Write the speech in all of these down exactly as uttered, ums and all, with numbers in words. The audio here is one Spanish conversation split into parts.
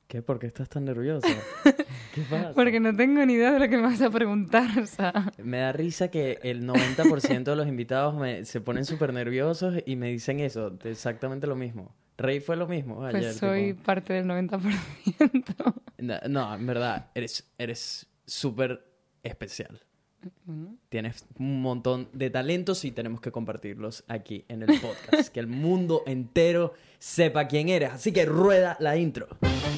¿Qué? ¿Por qué estás tan nerviosa? ¿Qué pasa? Porque no tengo ni idea de lo que me vas a preguntar, o sea... Me da risa que el noventa por ciento de los invitados me, se ponen súper nerviosos y me dicen eso, exactamente lo mismo. Rey fue lo mismo ayer. Pues soy tipo... parte del noventa por ciento. No, no, en verdad, eres eres súper especial. Uh-huh. Tienes un montón de talentos y tenemos que compartirlos aquí en el podcast. Que el mundo entero sepa quién eres. Así que rueda la intro.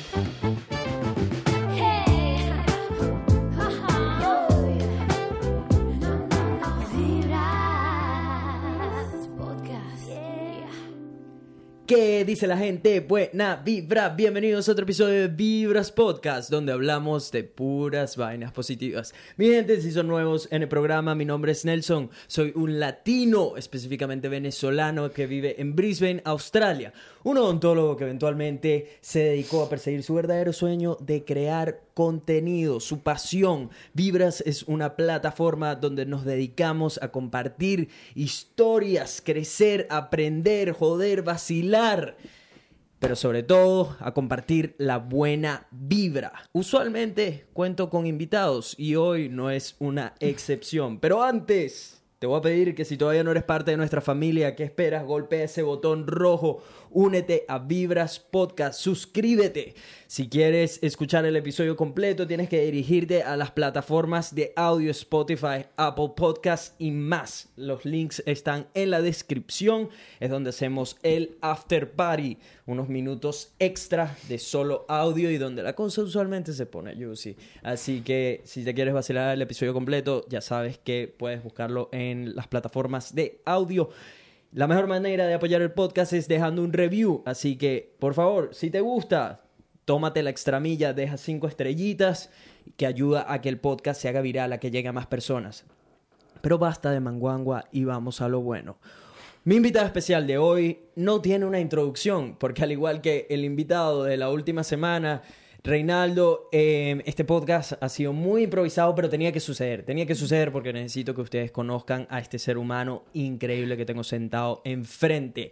¿Qué dice la gente? Buena vibra. Bienvenidos a otro episodio de Vibras Podcast, donde hablamos de puras vainas positivas. Mi gente, si son nuevos en el programa, mi nombre es Nelson. Soy un latino, específicamente venezolano, que vive en Brisbane, Australia. Un odontólogo que eventualmente se dedicó a perseguir su verdadero sueño de crear contenido, su pasión. Vibras es una plataforma donde nos dedicamos a compartir historias, crecer, aprender, joder, vacilar, pero sobre todo a compartir la buena vibra. Usualmente cuento con invitados y hoy no es una excepción, pero antes te voy a pedir que si todavía no eres parte de nuestra familia, ¿qué esperas? Golpea ese botón rojo, únete a Vibras Podcast, suscríbete. Si quieres escuchar el episodio completo, tienes que dirigirte a las plataformas de audio Spotify, Apple Podcasts y más. Los links están en la descripción. Es donde hacemos el after party, unos minutos extra de solo audio y donde la cosa usualmente se pone juicy. Así que si te quieres vacilar el episodio completo, ya sabes que puedes buscarlo en las plataformas de audio. La mejor manera de apoyar el podcast es dejando un review. Así que, por favor, si te gusta, tómate la extramilla, deja cinco estrellitas, que ayuda a que el podcast se haga viral, a que llegue a más personas. Pero basta de manguangua y vamos a lo bueno. Mi invitado especial de hoy no tiene una introducción, porque al igual que el invitado de la última semana, Reinaldo, eh, este podcast ha sido muy improvisado, pero tenía que suceder. Tenía que suceder porque necesito que ustedes conozcan a este ser humano increíble que tengo sentado enfrente.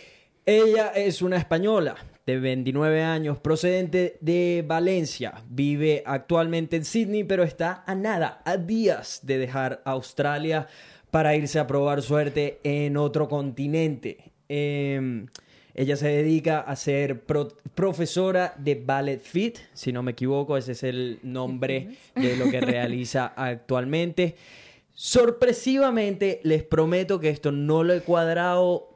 Ella es una española de veintinueve años, procedente de Valencia. Vive actualmente en Sydney, pero está a nada, a días de dejar Australia para irse a probar suerte en otro continente. Eh... Ella se dedica a ser pro- profesora de Ballet Fit, si no me equivoco, ese es el nombre de lo que realiza actualmente. Sorpresivamente, les prometo que esto no lo he cuadrado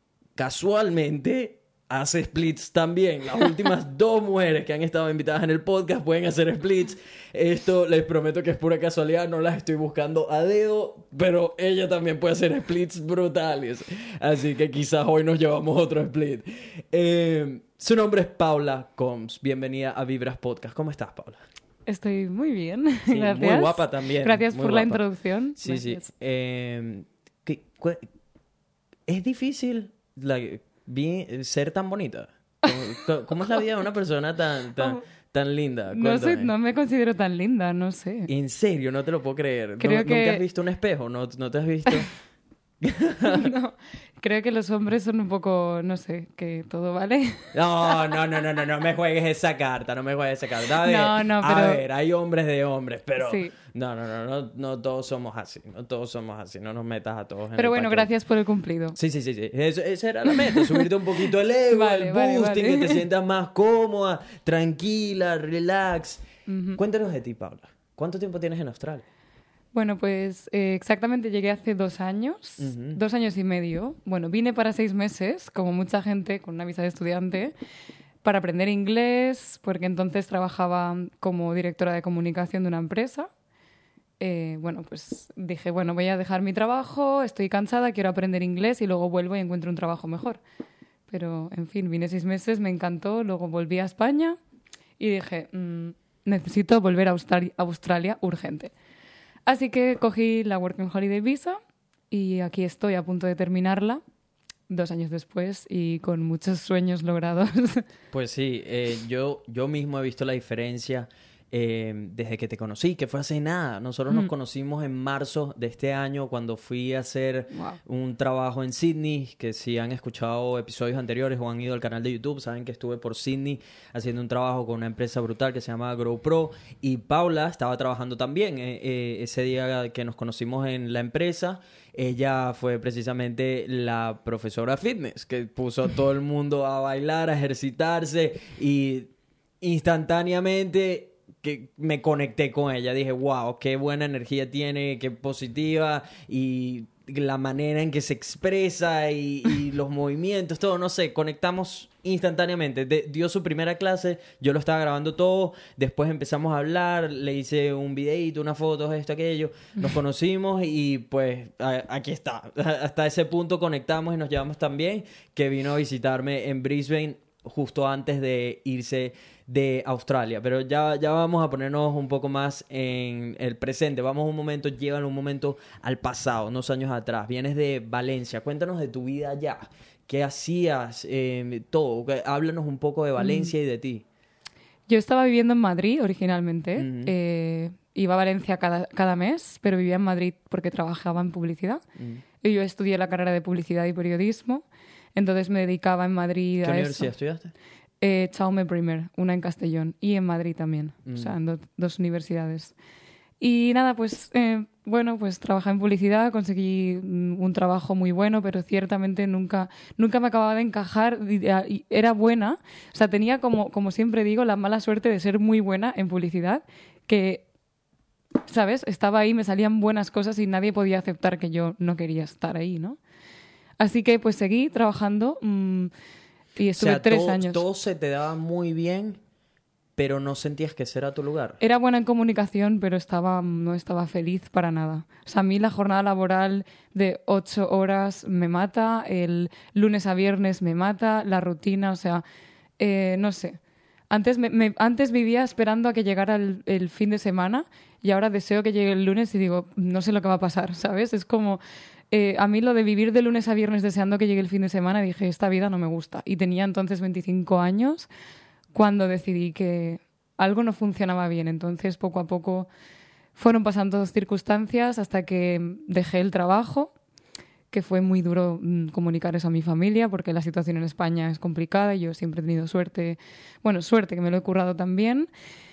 casualmente. Hace splits también. Las últimas dos mujeres que han estado invitadas en el podcast pueden hacer splits. Esto les prometo que es pura casualidad. No las estoy buscando a dedo. Pero ella también puede hacer splits brutales. Así que quizás hoy nos llevamos otro split. Eh, su nombre es Paula Combs. Bienvenida a Vibras Podcast. ¿Cómo estás, Paula? Estoy muy bien, Sí, gracias. muy guapa también. Gracias muy por guapa. la introducción. Sí, Gracias. sí. Eh, ¿qué, cu- ¿Es difícil la, bien, ser tan bonita? ¿Cómo, cómo es la vida de una persona tan, tan, tan linda? No sé, Cuéntame. no me considero tan linda, no sé. En serio, no te lo puedo creer. ¿No- Creo que- ¿Nunca has visto un espejo? ¿No, no te has visto? No, creo que los hombres son un poco, no sé, que todo vale. No, no, no, no, no, no me juegues esa carta, no me juegues esa carta. A ver, No, no, a pero- ver, hay hombres de hombres, pero Sí. no, no, no, no, no todos somos así, no todos somos así, no nos metas a todos en Pero el bueno, paquete. gracias por el cumplido. Sí, sí, sí, sí. Eso, esa era la meta, subirte un poquito el ego, Vale, el vale, boosting, vale. que te sientas más cómoda, tranquila, relax. Ujú. Cuéntanos de ti, Paula. ¿Cuánto tiempo tienes en Australia? Bueno, pues eh, exactamente llegué hace dos años, Ujú. dos años y medio. Bueno, vine para seis meses, como mucha gente, con una visa de estudiante, para aprender inglés, porque entonces trabajaba como directora de comunicación de una empresa. Eh, bueno, pues dije, bueno, voy a dejar mi trabajo, estoy cansada, quiero aprender inglés y luego vuelvo y encuentro un trabajo mejor. Pero, en fin, vine seis meses, me encantó, luego volví a España y dije, mmm, necesito volver a Australia, a Australia urgente. Así que cogí la Working Holiday Visa y aquí estoy a punto de terminarla, dos años después y con muchos sueños logrados. Pues sí, eh, yo, yo mismo he visto la diferencia eh, desde que te conocí, que fue hace nada. Nosotros Mm. nos conocimos en marzo de este año cuando fui a hacer Wow. un trabajo en Sydney, que si han escuchado episodios anteriores o han ido al canal de YouTube, saben que estuve por Sydney haciendo un trabajo con una empresa brutal que se llama GrowPro, y Paula estaba trabajando también eh, eh, ese día que nos conocimos en la empresa. Ella fue precisamente la profesora fitness que puso a todo el mundo a bailar, a ejercitarse, y instantáneamente que me conecté con ella. Dije, wow, qué buena energía tiene, qué positiva, y la manera en que se expresa y, y los movimientos, todo, no sé, conectamos instantáneamente. De- dio su primera clase, yo lo estaba grabando todo, después empezamos a hablar, le hice un videíto, unas fotos, esto, aquello, nos conocimos y pues a- aquí está. Hasta ese punto conectamos y nos llevamos tan bien que vino a visitarme en Brisbane justo antes de irse de Australia. Pero ya, ya vamos a ponernos un poco más en el presente. Vamos un momento, llevan un momento al pasado, unos años atrás. Vienes de Valencia. Cuéntanos de tu vida allá. ¿Qué hacías? Eh, todo. Háblanos un poco de Valencia y de ti. Yo estaba viviendo en Madrid originalmente. Ujú. Eh, iba a Valencia cada, cada mes, pero vivía en Madrid porque trabajaba en publicidad. Mm. Y yo estudié la carrera de publicidad y periodismo. Entonces me dedicaba en Madrid ¿Qué a universidad eso. estudiaste? Eh, Jaume I, una en Castellón y en Madrid también. Mm. O sea, en do- dos universidades. Y nada, pues eh, bueno, pues trabajé en publicidad, conseguí mm, un trabajo muy bueno, pero ciertamente nunca, nunca me acababa de encajar. Y, y era buena, o sea, tenía como, como siempre digo, la mala suerte de ser muy buena en publicidad, que, ¿sabes? Estaba ahí, me salían buenas cosas y nadie podía aceptar que yo no quería estar ahí, ¿no? Así que pues seguí trabajando mm, y estuve O sea, tres todo, años. todo se te daba muy bien, pero no sentías que ese era tu lugar. Era buena en comunicación, pero estaba, no estaba feliz para nada. O sea, a mí la jornada laboral de ocho horas me mata, el lunes a viernes me mata, la rutina, o sea, eh, no sé. Antes, me, me- antes vivía esperando a que llegara el, el fin de semana y ahora deseo que llegue el lunes y digo, no sé lo que va a pasar, ¿sabes? Es como... eh, a mí lo de vivir de lunes a viernes deseando que llegue el fin de semana, dije, esta vida no me gusta. Y tenía entonces veinticinco años cuando decidí que algo no funcionaba bien. Entonces, poco a poco fueron pasando circunstancias hasta que dejé el trabajo, que fue muy duro mm, comunicar eso a mi familia, porque la situación en España es complicada y yo siempre he tenido suerte, bueno, suerte que me lo he currado también.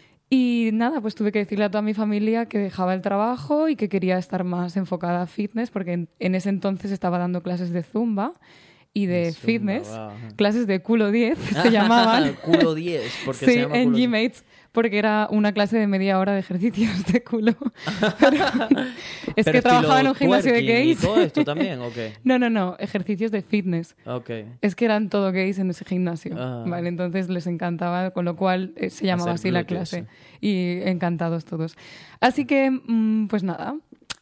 Y nada, pues tuve que decirle a toda mi familia que dejaba el trabajo y que quería estar más enfocada a fitness, porque en, en ese entonces estaba dando clases de Zumba y de De Zumba, fitness, wow, ajá. clases de culo diez se llamaban. Culo diez, porque Sí, se llama en culo diez. Gmates, porque era una clase de media hora de ejercicios de culo. Pero es Pero que trabajaba en estilo un gimnasio de twerking gays. ¿Y todo esto también o qué? No, no, no, ejercicios de fitness. Ok. Es que eran todo gays en ese gimnasio, Ah. ¿vale? Entonces les encantaba, con lo cual eh, se llamaba Hacer así la glúteos, clase. Y encantados todos. Así que, mm, pues nada,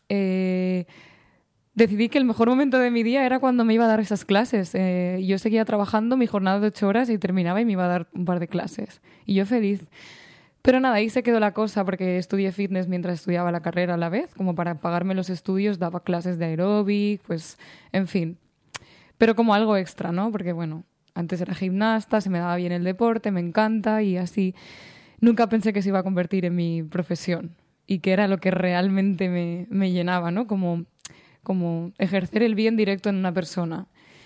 eh, decidí que el mejor momento de mi día era cuando me iba a dar esas clases. Eh, yo seguía trabajando mi jornada de ocho horas y terminaba y me iba a dar un par de clases. Y yo feliz. Pero nada, ahí se quedó la cosa porque estudié fitness mientras estudiaba la carrera a la vez. Como para pagarme los estudios, daba clases de aeróbic, pues, en fin. Pero como algo extra, ¿no? Porque, bueno, antes era gimnasta, se me daba bien el deporte, me encanta y así. Nunca pensé que se iba a convertir en mi profesión y que era lo que realmente me, me llenaba, ¿no? Como, como ejercer el bien directo en una persona.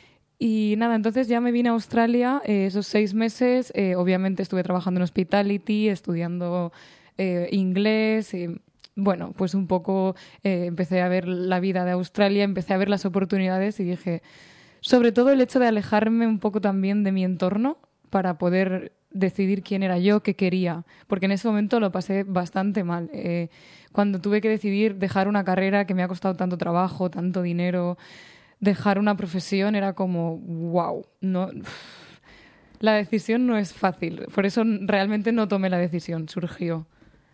Y nada, entonces ya me vine a Australia eh, esos seis meses. Eh, obviamente estuve trabajando en hospitality, estudiando eh, inglés. eh, bueno, pues un poco eh, empecé a ver la vida de Australia, empecé a ver las oportunidades y dije, sobre todo el hecho de alejarme un poco también de mi entorno para poder decidir quién era yo, qué quería, porque en ese momento lo pasé bastante mal. Eh, cuando tuve que decidir dejar una carrera que me ha costado tanto trabajo, tanto dinero, dejar una profesión era como, wow, no, la decisión no es fácil. Por eso realmente no tomé la decisión, surgió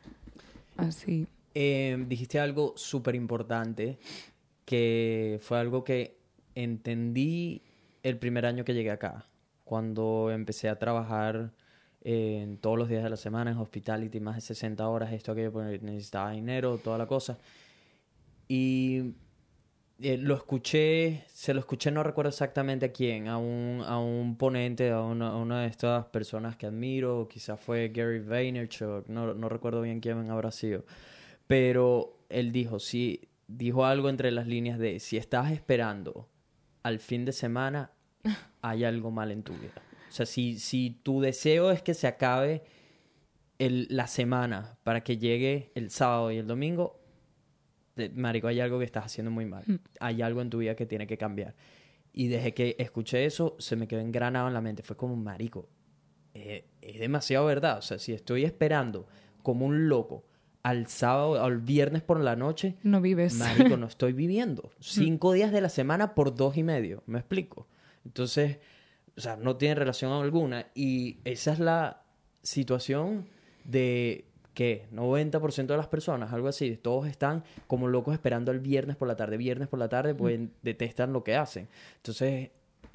así. Eh, dijiste algo súper importante, que fue algo que entendí el primer año que llegué acá, cuando empecé a trabajar eh, todos los días de la semana en hospitality, más de sesenta horas, esto, aquello, porque necesitaba dinero, toda la cosa. Y eh, lo escuché, se lo escuché, no recuerdo exactamente a quién, a un, a un ponente, a una, a una de estas personas que admiro, quizás fue Gary Vaynerchuk, no, no recuerdo bien quién habrá sido, pero él dijo, sí, dijo algo entre las líneas de, si estás esperando al fin de semana, hay algo mal en tu vida. O sea, si, si tu deseo es que se acabe el, la semana para que llegue el sábado y el domingo, de- marico, hay algo que estás haciendo muy mal. Mm. Hay algo en tu vida que tiene que cambiar. Y desde que escuché eso, se me quedó engranado en la mente. Fue como, marico, eh, es demasiado verdad. O sea, si estoy esperando como un loco al sábado, al viernes por la noche, No vives. marico, no estoy viviendo. Cinco días de la semana por dos y medio. ¿Me explico? Entonces, o sea, no tiene relación alguna. Y esa es la situación de que noventa por ciento de las personas, algo así, todos están como locos esperando el viernes por la tarde. Viernes por la tarde, pues detestan lo que hacen. Entonces,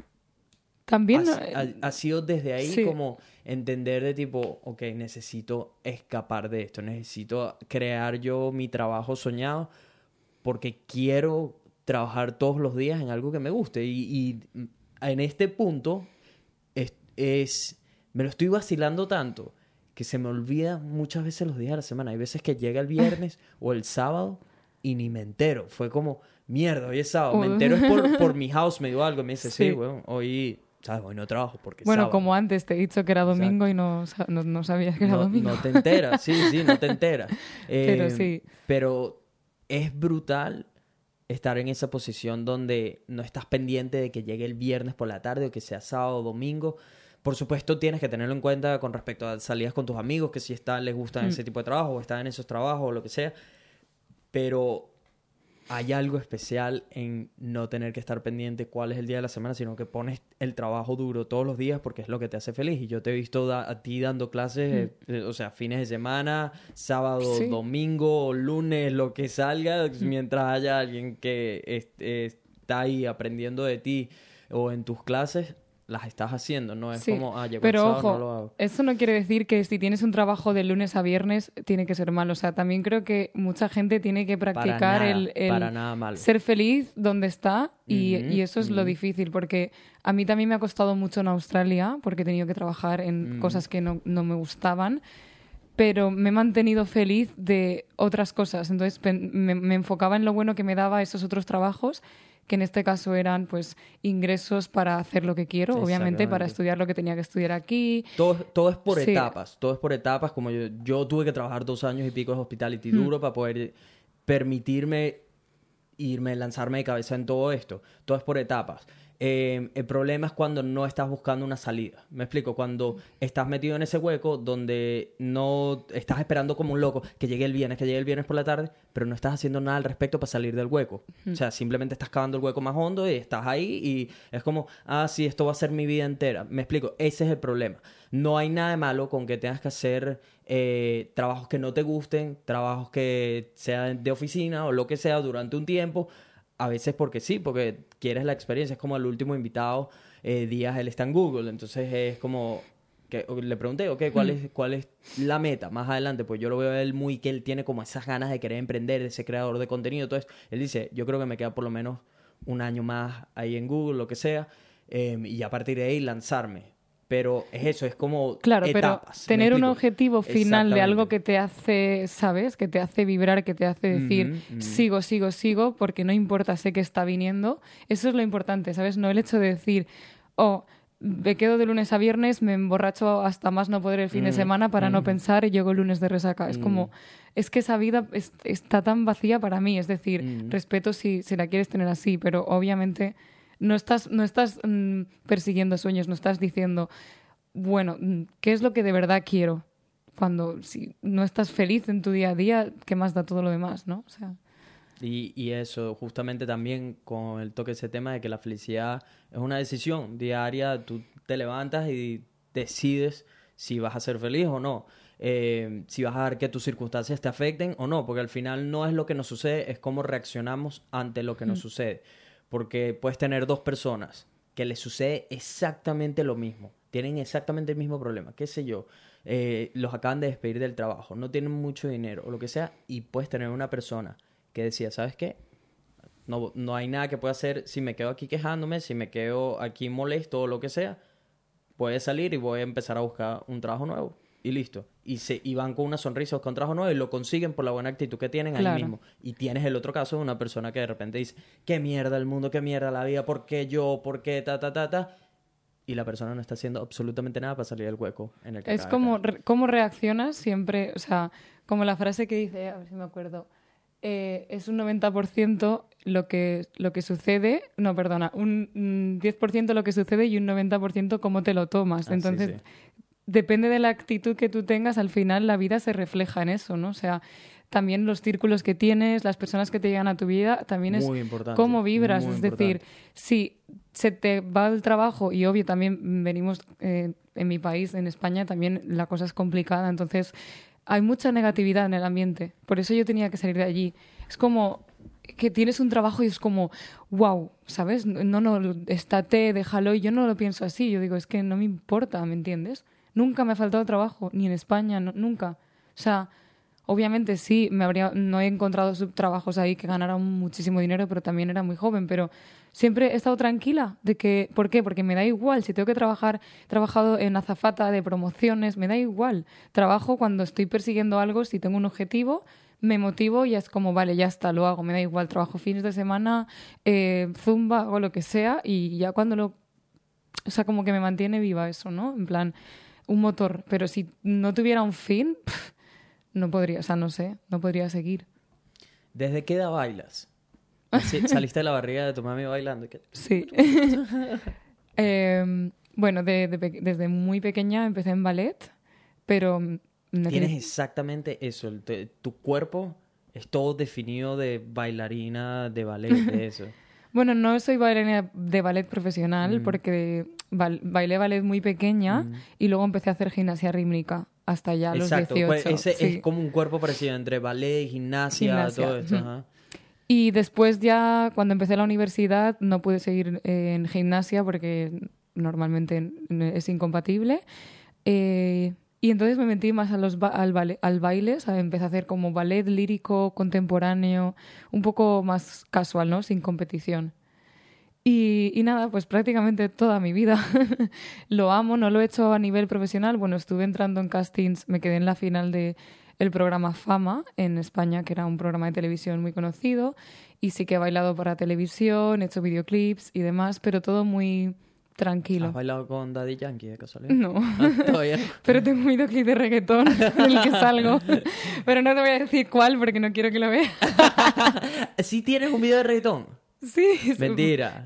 También, ha, eh, ha- ha sido desde ahí sí. como entender de tipo, ok, necesito escapar de esto. Necesito crear yo mi trabajo soñado porque quiero trabajar todos los días en algo que me guste. Y, y en este punto es, es- me lo estoy vacilando tanto que se me olvida muchas veces los días de la semana. Hay veces que llega el viernes o el sábado y ni me entero. Fue como, mierda, hoy es sábado. Me Uh. entero es por, por mi housemate o algo. Me dice, sí, Sí. bueno, hoy, ¿sabes? Hoy no trabajo porque es Bueno, sábado. como antes te he dicho que era domingo Exacto. y no, sa- no, no sabías que era No, domingo. no te enteras, sí, sí, no te enteras. Pero Eh, sí. Pero es brutal estar en esa posición donde no estás pendiente de que llegue el viernes por la tarde o que sea sábado o domingo. Por supuesto, tienes que tenerlo en cuenta con respecto a salidas con tus amigos, que si están, les gustan Mm. ese tipo de trabajo o están en esos trabajos o lo que sea. Pero hay algo especial en no tener que estar pendiente cuál es el día de la semana, sino que pones el trabajo duro todos los días porque es lo que te hace feliz. Y yo te he visto da- a ti dando clases, eh, eh, o sea, fines de semana, sábado, Sí. domingo, lunes, lo que salga, mientras haya alguien que est- eh, está ahí aprendiendo de ti o en tus clases, las estás haciendo. No es Sí, como, ah, llegó el pero sábado, ojo, no lo hago. eso no quiere decir que si tienes un trabajo de lunes a viernes tiene que ser malo. O sea, también creo que mucha gente tiene que Para practicar nada, el, el para nada malo. ser feliz donde está y, Ujú, y eso es lo ujú. difícil porque a mí también me ha costado mucho en Australia porque he tenido que trabajar en Ujú. cosas que no, no me gustaban, pero me he mantenido feliz de otras cosas. Entonces pen- me, me enfocaba en lo bueno que me daba esos otros trabajos, que en este caso eran pues ingresos para hacer lo que quiero, obviamente para Exactamente. estudiar lo que tenía que estudiar aquí. Todo, todo es por Sí. etapas, todo es por etapas, como yo, yo tuve que trabajar dos años y pico de hospitality Mm. duro para poder permitirme irme, lanzarme de cabeza en todo esto. Todo es por etapas. Eh, el problema es cuando no estás buscando una salida. Me explico, cuando estás metido en ese hueco donde no estás esperando como un loco que llegue el viernes, que llegue el viernes por la tarde, pero no estás haciendo nada al respecto para salir del hueco. O sea, simplemente estás cavando el hueco más hondo y estás ahí y es como, ah, sí, esto va a ser mi vida entera. Me explico, ese es el problema. No hay nada de malo con que tengas que hacer eh, trabajos que no te gusten, trabajos que sean de oficina o lo que sea durante un tiempo. A veces porque sí, porque quieres la experiencia. Es como el último invitado, eh, Díaz, él está en Google. Entonces es como que le pregunté, ok, ¿cuál es, cuál es la meta más adelante? Pues yo lo veo a él muy que él tiene como esas ganas de querer emprender, de ser creador de contenido. Entonces él dice, yo creo que me queda por lo menos un año más ahí en Google, lo que sea, eh, y a partir de ahí lanzarme. Pero es eso, es como Claro, etapas. pero ¿me tener un explico? objetivo final de algo Exactamente. que te hace, ¿sabes? Que te hace vibrar, que te hace decir, Ujú, ujú. sigo, sigo, sigo, porque no importa, sé que está viniendo. Eso es lo importante, ¿sabes? No el hecho de decir, oh, me quedo de lunes a viernes, me emborracho hasta más no poder el fin de Mm, semana para no mm. pensar y llego el lunes de resaca. Es Mm. como, es que esa vida es- está tan vacía para mí. Es decir, Mm. respeto si, si la quieres tener así, pero obviamente no estás, no estás mm, persiguiendo sueños, no estás diciendo, bueno, mm, ¿qué es lo que de verdad quiero? Cuando si no estás feliz en tu día a día, ¿qué más da todo lo demás, no? O sea, Y, y eso, justamente también con el toque ese tema de que la felicidad es una decisión diaria, tú te levantas y decides si vas a ser feliz o no, eh, si vas a dejar que tus circunstancias te afecten o no, porque al final no es lo que nos sucede, es cómo reaccionamos ante lo que nos Mm. sucede, porque puedes tener dos personas que les sucede exactamente lo mismo, tienen exactamente el mismo problema, qué sé yo, eh, los acaban de despedir del trabajo, no tienen mucho dinero o lo que sea, y puedes tener una persona que decía, ¿sabes qué? no, no hay nada que pueda hacer. Si me quedo aquí quejándome, si me quedo aquí molesto o lo que sea, voy a salir y voy a empezar a buscar un trabajo nuevo. Y listo. Y, se, y van con una sonrisa, buscan un trabajo nuevo y lo consiguen por la buena actitud que tienen Claro. ahí mismo. Y tienes el otro caso de una persona que de repente dice, qué mierda el mundo, qué mierda la vida, ¿por qué yo? ¿Por qué? Ta, ta, ta, ta. Y la persona no está haciendo absolutamente nada para salir del hueco en el que Es acaba de como caer. re- cómo reaccionas siempre, o sea, como la frase que dice, a ver si me acuerdo, eh, es un noventa por ciento lo que, lo que sucede, no, perdona, un mm, diez por ciento lo que sucede y un noventa por ciento cómo te lo tomas. Ah, sí, Entonces, sí. depende de la actitud que tú tengas, al final la vida se refleja en eso, ¿no? O sea, también los círculos que tienes, las personas que te llegan a tu vida, también es Muy importante, cómo vibras. muy Es decir, importante. si se te va el trabajo, y obvio también venimos eh, en mi país, en España, también la cosa es complicada, entonces hay mucha negatividad en el ambiente. Por eso yo tenía que salir de allí. Es como que tienes un trabajo y es como, wow, ¿sabes? No, no, estate, déjalo. Y yo no lo pienso así. Yo digo, es que no me importa, ¿me entiendes? Nunca me ha faltado trabajo, ni en España, no- nunca. O sea, obviamente sí, me habría, no he encontrado sub- trabajos ahí que ganaran muchísimo dinero, pero también era muy joven. Pero siempre he estado tranquila de que, ¿por qué? Porque me da igual. Si tengo que trabajar, he trabajado en azafata de promociones, me da igual. Trabajo cuando estoy persiguiendo algo, si tengo un objetivo, me motivo y es como, vale, ya está, lo hago. Me da igual, trabajo fines de semana, eh, zumba o lo que sea, y ya cuando lo... O sea, como que me mantiene viva eso, ¿no? En plan, un motor. Pero si no tuviera un fin, pff, no podría, o sea, no sé, no podría seguir. ¿Desde qué edad bailas? Sí, ¿saliste de la barriga de tu mami bailando? ¿Qué? Sí. Eh, bueno, de- de pe- desde muy pequeña empecé en ballet, pero... necesi- Tienes exactamente eso. el te- tu cuerpo es todo definido de bailarina, de ballet, de eso. Bueno, no soy bailarina de ballet profesional Mm. porque ba- bailé ballet muy pequeña Mm. y luego empecé a hacer gimnasia rítmica hasta ya los Exacto. dieciocho. pues ese sí. es como un cuerpo parecido entre ballet, gimnasia, Gimnasia, todo esto. ujú. Ajá. Y después ya, cuando empecé la universidad, no pude seguir eh, en gimnasia porque normalmente n- es incompatible. Eh, y entonces me metí más a los ba- al, bale- al baile, o sea, empecé a hacer como ballet lírico, contemporáneo, un poco más casual, ¿no? Sin competición. Y, y nada, pues prácticamente toda mi vida. Lo amo, no lo he hecho a nivel profesional. Bueno, estuve entrando en castings, me quedé en la final de el programa Fama en España, que era un programa de televisión muy conocido. Y sí que he bailado para televisión, he hecho videoclips y demás, pero todo muy tranquilo. ¿Has bailado con Daddy Yankee de casualidad? No, Ah, todavía no. pero tengo un videoclip de reggaetón en el que salgo. Pero no te voy a decir cuál porque no quiero que lo veas. ¿Sí tienes un video de reggaetón? Sí, es- Mentira.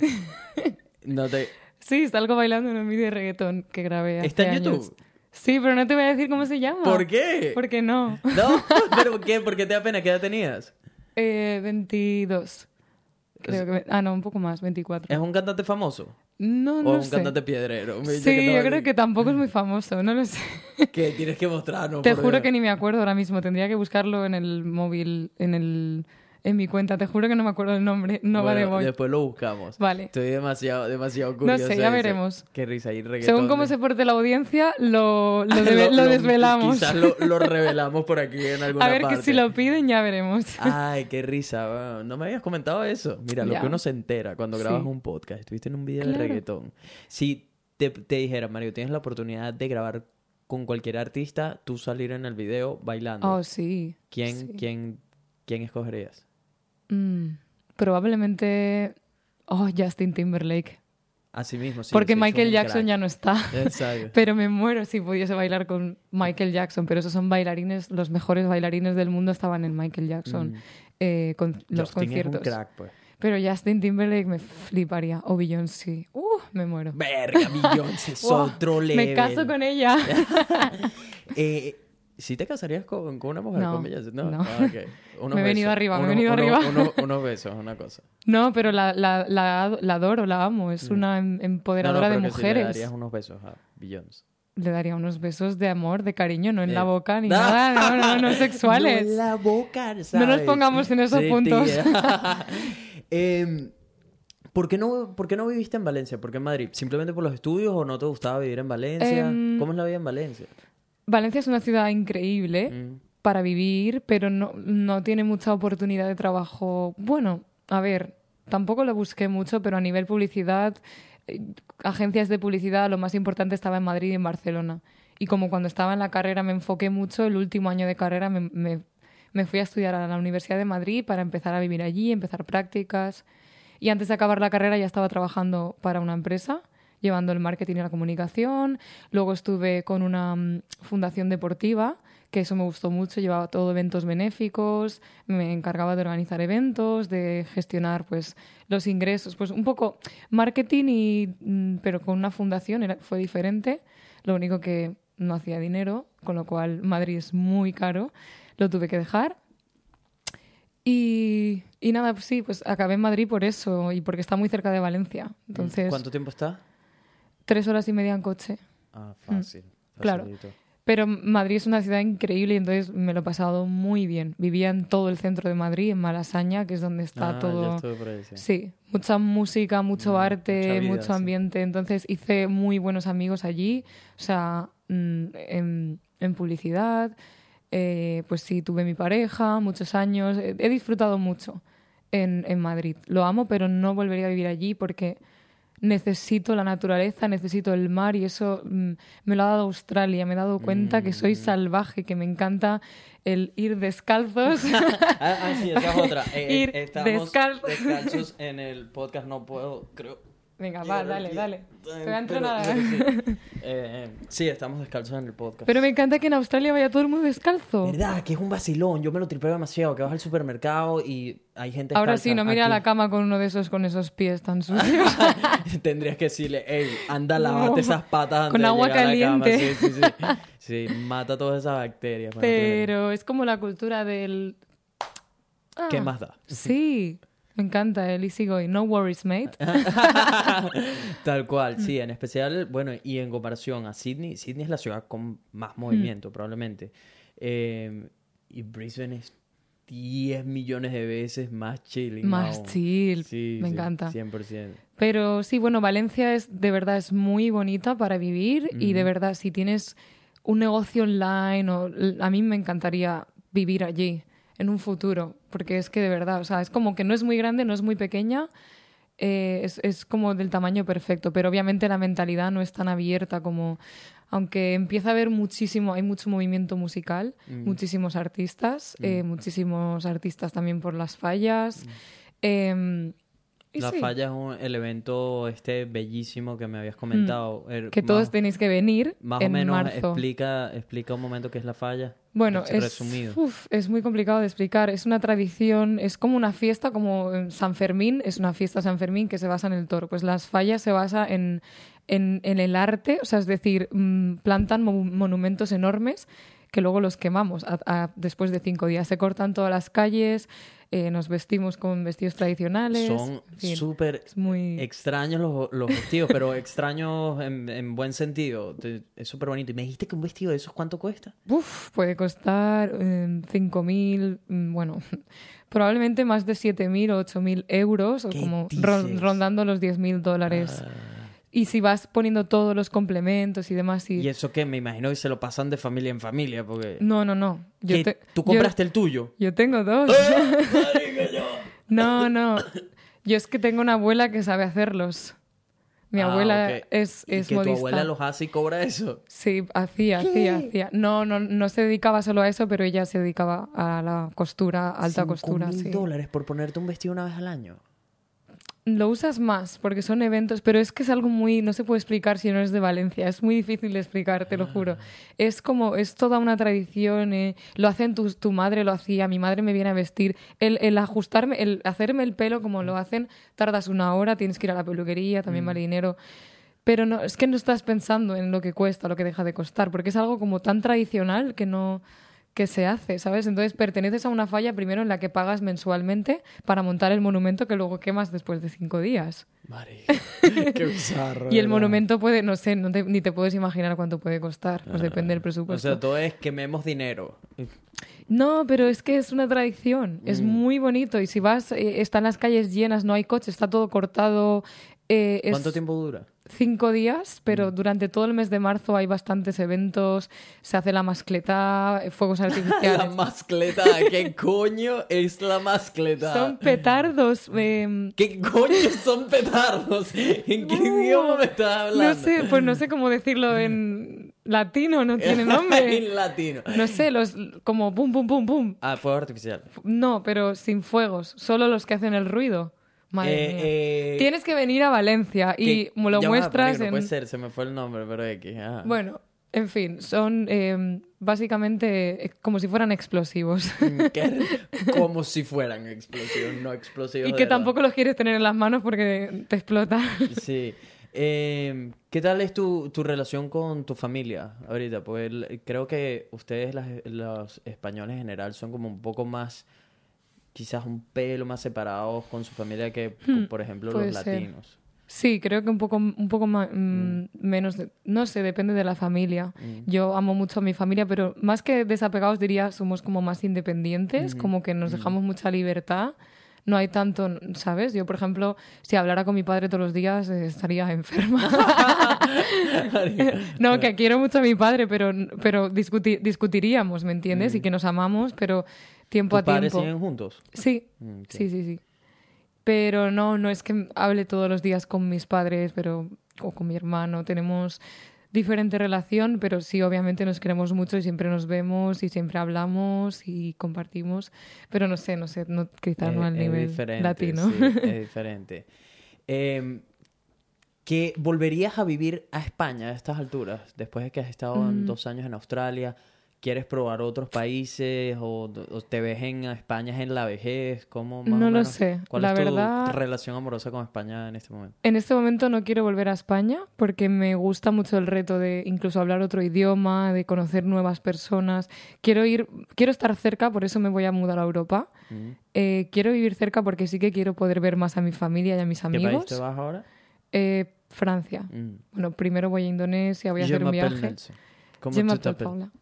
No te... sí, salgo bailando en un vídeo de reggaetón que grabé hace ¿Está en años. YouTube? Sí, pero no te voy a decir cómo se llama. ¿Por qué? ¿Por qué no? ¿No? ¿Pero por qué? ¿Por qué te da pena? ¿Qué edad tenías? Eh, veintidós. Creo que... Ah, no, un poco más, veinticuatro. ¿Es un cantante famoso? No, ¿O no un sé. cantante piedrero? Me dice Sí, que no, yo creo que tampoco es muy famoso, no lo sé. que tienes que mostrarnos. Te por juro Dios. que ni me acuerdo ahora mismo. Tendría que buscarlo en el móvil, en el en mi cuenta. Te juro que no me acuerdo el nombre. No va de Bueno, voy. después lo buscamos. Vale. Estoy demasiado, demasiado No curioso. sé, de ya eso. veremos. Qué risa. Y reggaetón. Según cómo de- se porte la audiencia, lo, lo, debe- lo desvelamos. Quizás lo, lo revelamos por aquí en alguna A ver, parte. que si lo piden ya veremos. Ay, qué risa. Bueno, no me habías comentado eso. Mira, lo Ya. que uno se entera cuando grabas Sí. un podcast. Estuviste en un video Claro. de reggaetón. Si te, te dijera, Mario, tienes la oportunidad de grabar con cualquier artista, tú salir en el video bailando. Oh, sí. ¿Quién, sí. quién, quién escogerías? Mm, probablemente... Oh, Justin Timberlake. Así mismo, sí. Porque sí, es Michael un Jackson crack. ya no está. Exacto. Pero me muero si pudiese bailar con Michael Jackson. Pero esos son bailarines, los mejores bailarines del mundo estaban en Michael Jackson, Mm. eh, con los Justin conciertos. es un crack, pues. Pero Justin Timberlake me fliparía. O Beyoncé. Uh, me muero. Verga, Beyoncé es Wow, otro level. me caso con ella. eh, ¿Sí te casarías con, con una mujer? No, ¿Con Beyoncé? No. no. Ah, ok. Unos Me he venido besos. arriba, me he Unos- venido unos- arriba. unos- unos besos, una cosa. No, pero la, la, la, la adoro, la amo. Es Mm. una em- No, no, empoderadora pero de que sí le mujeres. darías unos besos a Beyoncé. Le daría unos besos de amor, de cariño, no en Eh. la boca ni No. nada, no, no, no sexuales. No en la boca, ¿sabes? No nos pongamos en esos Sí, puntos. tía. Em, ¿por, qué no, ¿Por qué no viviste en Valencia? ¿Por qué en Madrid? ¿Simplemente por los estudios o no te gustaba vivir en Valencia? Em, ¿Cómo es la vida en Valencia? Valencia es una ciudad increíble Mm. para vivir, pero no, no tiene mucha oportunidad de trabajo. Bueno, a ver, tampoco lo busqué mucho, pero a nivel publicidad, eh, agencias de publicidad, lo más importante estaba en Madrid y en Barcelona. Y como cuando estaba en la carrera me enfoqué mucho, el último año de carrera me, me, me fui a estudiar a la Universidad de Madrid para empezar a vivir allí, empezar prácticas. Y antes de acabar la carrera ya estaba trabajando para una empresa, llevando el marketing y la comunicación. Luego estuve con una um, fundación deportiva, que eso me gustó mucho. Llevaba todo eventos benéficos, me encargaba de organizar eventos, de gestionar pues los ingresos. Pues un poco marketing, y, mm, pero con una fundación era, fue diferente. Lo único que no hacía dinero, con lo cual Madrid es muy caro. Lo tuve que dejar. Y, y nada, pues sí, pues acabé en Madrid por eso y porque está muy cerca de Valencia. Entonces, ¿cuánto tiempo está? Tres horas y media en coche. Ah, fácil. Mm, claro. Pero Madrid es una ciudad increíble y entonces me lo he pasado muy bien. Vivía en todo el centro de Madrid, en Malasaña, que es donde está ah, todo. Ya estuve por ahí, sí. Sí, mucha música, mucho Mm, arte, mucha vida, mucho sí. ambiente. Entonces hice muy buenos amigos allí. O sea, mm, en, en publicidad. Eh, pues sí, tuve mi pareja, muchos años. He, he disfrutado mucho en, en Madrid. Lo amo, pero no volvería a vivir allí porque necesito la naturaleza, necesito el mar, y eso mm, me lo ha dado Australia. Me he dado cuenta que soy salvaje, que me encanta el ir descalzos. ah, ah, sí, esa es otra. Eh, Ir eh, estamos descalzo. descalzos en el podcast, no puedo, creo. Venga, va, dale, aquí. dale. Te voy a Pero- entrenar. pero sí. Eh, eh, sí, estamos descalzos en el podcast. Pero me encanta que en Australia vaya todo el mundo descalzo. ¿Verdad? Que es un vacilón. Yo me lo tripeo demasiado. Que vas al supermercado y hay gente Ahora descalza. sí, no me iré a Aquí la cama con uno de esos, con esos pies tan sucios. tendrías que decirle, hey, anda, lavate No. esas patas antes Con de agua llegar a la cama. caliente. Sí, sí, sí. Sí, mata todas esas bacterias. para no tener- Pero es como la cultura del... Ah, ¿Qué más da? Sí, me encanta el easygoing. No worries, mate. Tal cual, sí, en especial, bueno, y en comparación a Sydney, Sydney es la ciudad con más movimiento, probablemente. Eh, y Brisbane es diez millones de veces más chilling. Más aún. chill. Sí, Me sí, encanta. cien por ciento. Pero sí, bueno, Valencia es de verdad es muy bonita para vivir y de Ujú. verdad si tienes un negocio online, o a mí me encantaría vivir allí en un futuro, porque es que de verdad, o sea, es como que no es muy grande, no es muy pequeña, eh, es, es como del tamaño perfecto, pero obviamente la mentalidad no es tan abierta como... Aunque empieza a haber muchísimo, hay mucho movimiento musical, Mm. muchísimos artistas, eh, muchísimos artistas también por las fallas. eh, y La sí, Falla es un, el evento este bellísimo que me habías comentado. El- que más- todos tenéis que venir Más en o menos marzo. explica, explica un momento qué es la Falla. Bueno, Así es, resumido. uf, es muy complicado de explicar. Es una tradición, es como una fiesta, como en San Fermín, es una fiesta San Fermín que se basa en el toro. Pues las fallas se basa en, en, en el arte, o sea, es decir, mm, plantan mo- monumentos enormes que luego los quemamos a- a- después de cinco días. Se cortan todas las calles, eh, nos vestimos con vestidos tradicionales. Son en fin, súper es muy... extraños los, los vestidos, pero extraños en, en buen sentido. Te- Es súper bonito. Y me dijiste que un vestido de esos, ¿cuánto cuesta? Uf, puede costar eh, cinco mil, mm, bueno, probablemente más de siete mil o ocho mil euros, o ¿Qué como ron- dices? rondando los diez mil dólares. Ah, Y si vas poniendo todos los complementos y demás, y... y eso que me imagino que se lo pasan de familia en familia, porque... No, no, no. Yo ¿Qué? te- ¿Tú yo- compraste el tuyo? Yo tengo dos. No, no. Yo es que tengo una abuela que sabe hacerlos. Mi Ah, abuela ok. es, ¿Y es que modista. tu abuela los hace y cobra eso? Sí, hacía, hacía, hacía. No, no, no se dedicaba solo a eso, pero ella se dedicaba a la costura, alta costura, cinco mil sí. dólares por ponerte un vestido una vez al año. Lo usas más porque son eventos, pero es que es algo muy... No se puede explicar si no es de Valencia. Es muy difícil de explicar, te lo juro. Es como... Es toda una tradición. eh, Lo hacen tu, tu madre, lo hacía. Mi madre me viene a vestir. El, el ajustarme, el hacerme el pelo como lo hacen, tardas una hora, tienes que ir a la peluquería, también vale dinero. Pero no, es que no estás pensando en lo que cuesta, lo que deja de costar, porque es algo como tan tradicional que no... que se hace, ¿sabes? Entonces perteneces a una falla primero en la que pagas mensualmente para montar el monumento que luego quemas después de cinco días. Madre, qué bizarro. Y el ¿verdad? monumento puede, no sé, no te- ni te puedes imaginar cuánto puede costar, pues depende del O presupuesto. sea, todo es quememos dinero. No, pero es que es una tradición, es muy bonito y si vas, eh, están las calles llenas, no hay coches, está todo cortado, Eh, es ¿Cuánto tiempo dura? Cinco días, pero Mm. durante todo el mes de marzo hay bastantes eventos, se hace la mascleta, fuegos La artificiales. mascleta, ¿qué coño es la mascleta? Son petardos. eh, ¿Qué coño son petardos? ¿En qué No, idioma me estás hablando? No sé, pues no sé cómo decirlo en latino, no tiene nombre. En latino. No sé, los como pum, pum, pum, pum. Ah, fuego artificial. No, pero sin fuegos, solo los que hacen el ruido. Madre Eh, mía. eh, Tienes que venir a Valencia y que- me lo ya va, muestras marico, no en... puede ser, se me fue el nombre, pero X. ajá. Bueno, en fin, son eh, básicamente eh, como si fueran explosivos. Mm, qué- Como si fueran explosivos, no explosivos. Y de que verdad. tampoco los quieres tener en las manos porque te explota. Sí. Eh, ¿qué tal es tu, tu relación con tu familia ahorita? Pues el- creo que ustedes, las- los españoles en general, son como un poco más, quizás un pelo más separados con su familia que, Hmm, por ejemplo, puede los ser. latinos. Sí, creo que un poco, un poco más, mm, menos, de- no sé, depende de la familia. Mm. Yo amo mucho a mi familia, pero más que desapegados diría somos como más independientes, Ujú, como que nos ujú. dejamos mucha libertad. No hay tanto, ¿sabes? Yo, por ejemplo, si hablara con mi padre todos los días, eh, estaría enferma. No, que quiero mucho a mi padre, pero, pero discuti- discutiríamos, ¿me entiendes? Y que nos amamos, pero tiempo ¿Tus a padres tiempo. siguen juntos? Sí, Mm, ok. sí, sí, sí. Pero no, no es que hable todos los días con mis padres, pero o con mi hermano. Tenemos diferente relación, pero sí, obviamente nos queremos mucho y siempre nos vemos y siempre hablamos y compartimos. Pero no sé, no sé, no, quizás no Es- al es nivel diferente, latino. sí, es diferente. Em, ¿que volverías a vivir a España a estas alturas? Después de que has estado en Mm. dos años en Australia, ¿quieres probar otros países o, o te ves en España en la vejez? ¿Cómo, más No o lo menos? sé, ¿Cuál la es tu verdad- relación amorosa con España en este momento? En este momento no quiero volver a España porque me gusta mucho el reto de incluso hablar otro idioma, de conocer nuevas personas. Quiero ir, quiero estar cerca, por eso me voy a mudar a Europa. Mm. Eh, quiero vivir cerca porque sí que quiero poder ver más a mi familia y a mis ¿Qué país amigos. te vas ahora? Eh, Francia. Mm. Bueno, primero voy a Indonesia, voy a Je hacer un m'appelle viaje. Nelson. ¿Cómo Je tú m'appelle t'appelles? Paula.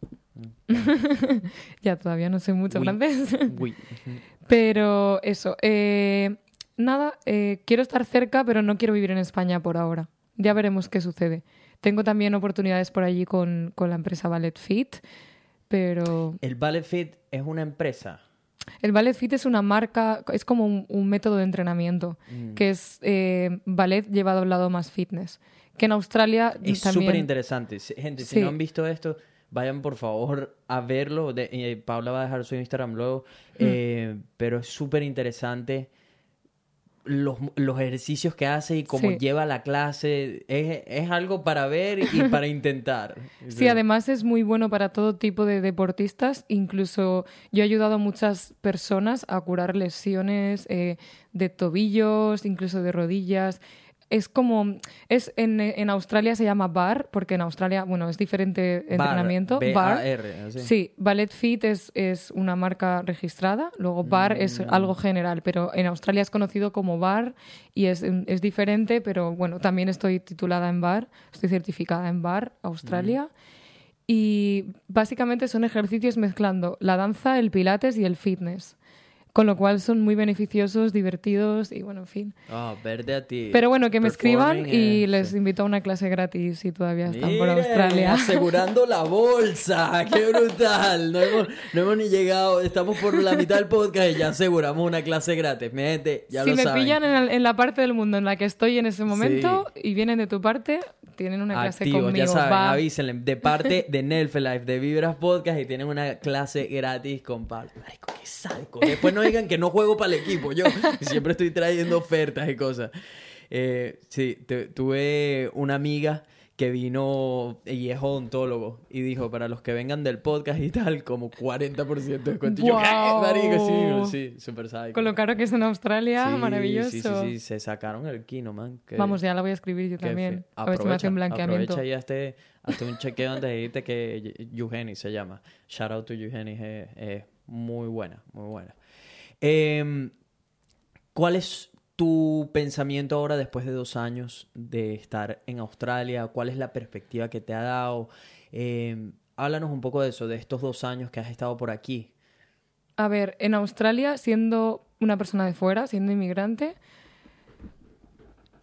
Ya todavía no sé mucho Oui. francés. Oui. Pero eso, eh, nada, eh, quiero estar cerca, pero no quiero vivir en España por ahora. Ya veremos qué sucede. Tengo también oportunidades por allí con, con la empresa Ballet Fit, pero El Ballet Fit es una empresa. el Ballet Fit es una marca, es como un, un método de entrenamiento, Mm. que es eh, ballet llevado a un lado más fitness. Que en Australia Es también... súper interesante. Si- Gente, si Sí. no han visto esto, vayan por favor a verlo. De- eh, Paula va a dejar su Instagram luego. Eh, pero es súper interesante los, los ejercicios que hace y cómo Sí. lleva la clase. Es, es algo para ver y para intentar. Sí, además es muy bueno para todo tipo de deportistas. Incluso yo he ayudado a muchas personas a curar lesiones eh, de tobillos, incluso de rodillas. Es como, es en, en Australia se llama bar, porque en Australia, bueno, es diferente Bar, entrenamiento. B Bar. A R, así. Sí, Ballet Fit es, es una marca registrada, luego bar es Mm. algo general, pero en Australia es conocido como bar y es, es diferente, pero bueno, también estoy titulada en bar, estoy certificada en bar, Australia. Y básicamente son ejercicios mezclando la danza, el pilates y el fitness. Con lo cual son muy beneficiosos, divertidos y bueno, en fin. Ah, verde a ti. Pero bueno, que me escriban Performing, y eh, les sí. invito a una clase gratis si todavía están por Mire, Australia. asegurando la bolsa, qué brutal. No hemos, no hemos ni llegado, estamos por la mitad del podcast y ya aseguramos una clase gratis. Mi gente, ya Si lo me saben. pillan en, el- en la parte del mundo en la que estoy en ese momento y vienen de tu parte, tienen una clase Activos, conmigo. ya saben, Va. avísenle. De parte de Nelfe Life, de Vibras Podcast y tienen una clase gratis con Pablo. Marico, qué sádico. Después no digan que no juego para el equipo. Yo siempre estoy trayendo ofertas y cosas. Eh, sí, te- tuve una amiga que vino y es odontólogo y dijo, para los que vengan del podcast y tal, como cuarenta por ciento de descuento. Y yo, ¿qué? ¡Guau! Marico, sí, sí, súper sádico. Con lo caro que es en Australia, Sí, maravilloso. Sí, sí, sí, se sacaron el kino, man. que- Vamos, ya la voy a escribir yo que también. fi- A ver si me hace un blanqueamiento. Aprovecha y hazte, hazte un chequeo antes de irte que Eugenie se llama. Shout out to Eugenie, es, es muy buena, muy buena. Em, ¿Cuál es tu pensamiento ahora después de dos años de estar en Australia? ¿Cuál es la perspectiva que te ha dado? Em, háblanos un poco de eso, de estos dos años que has estado por aquí. A ver, en Australia, siendo una persona de fuera, siendo inmigrante,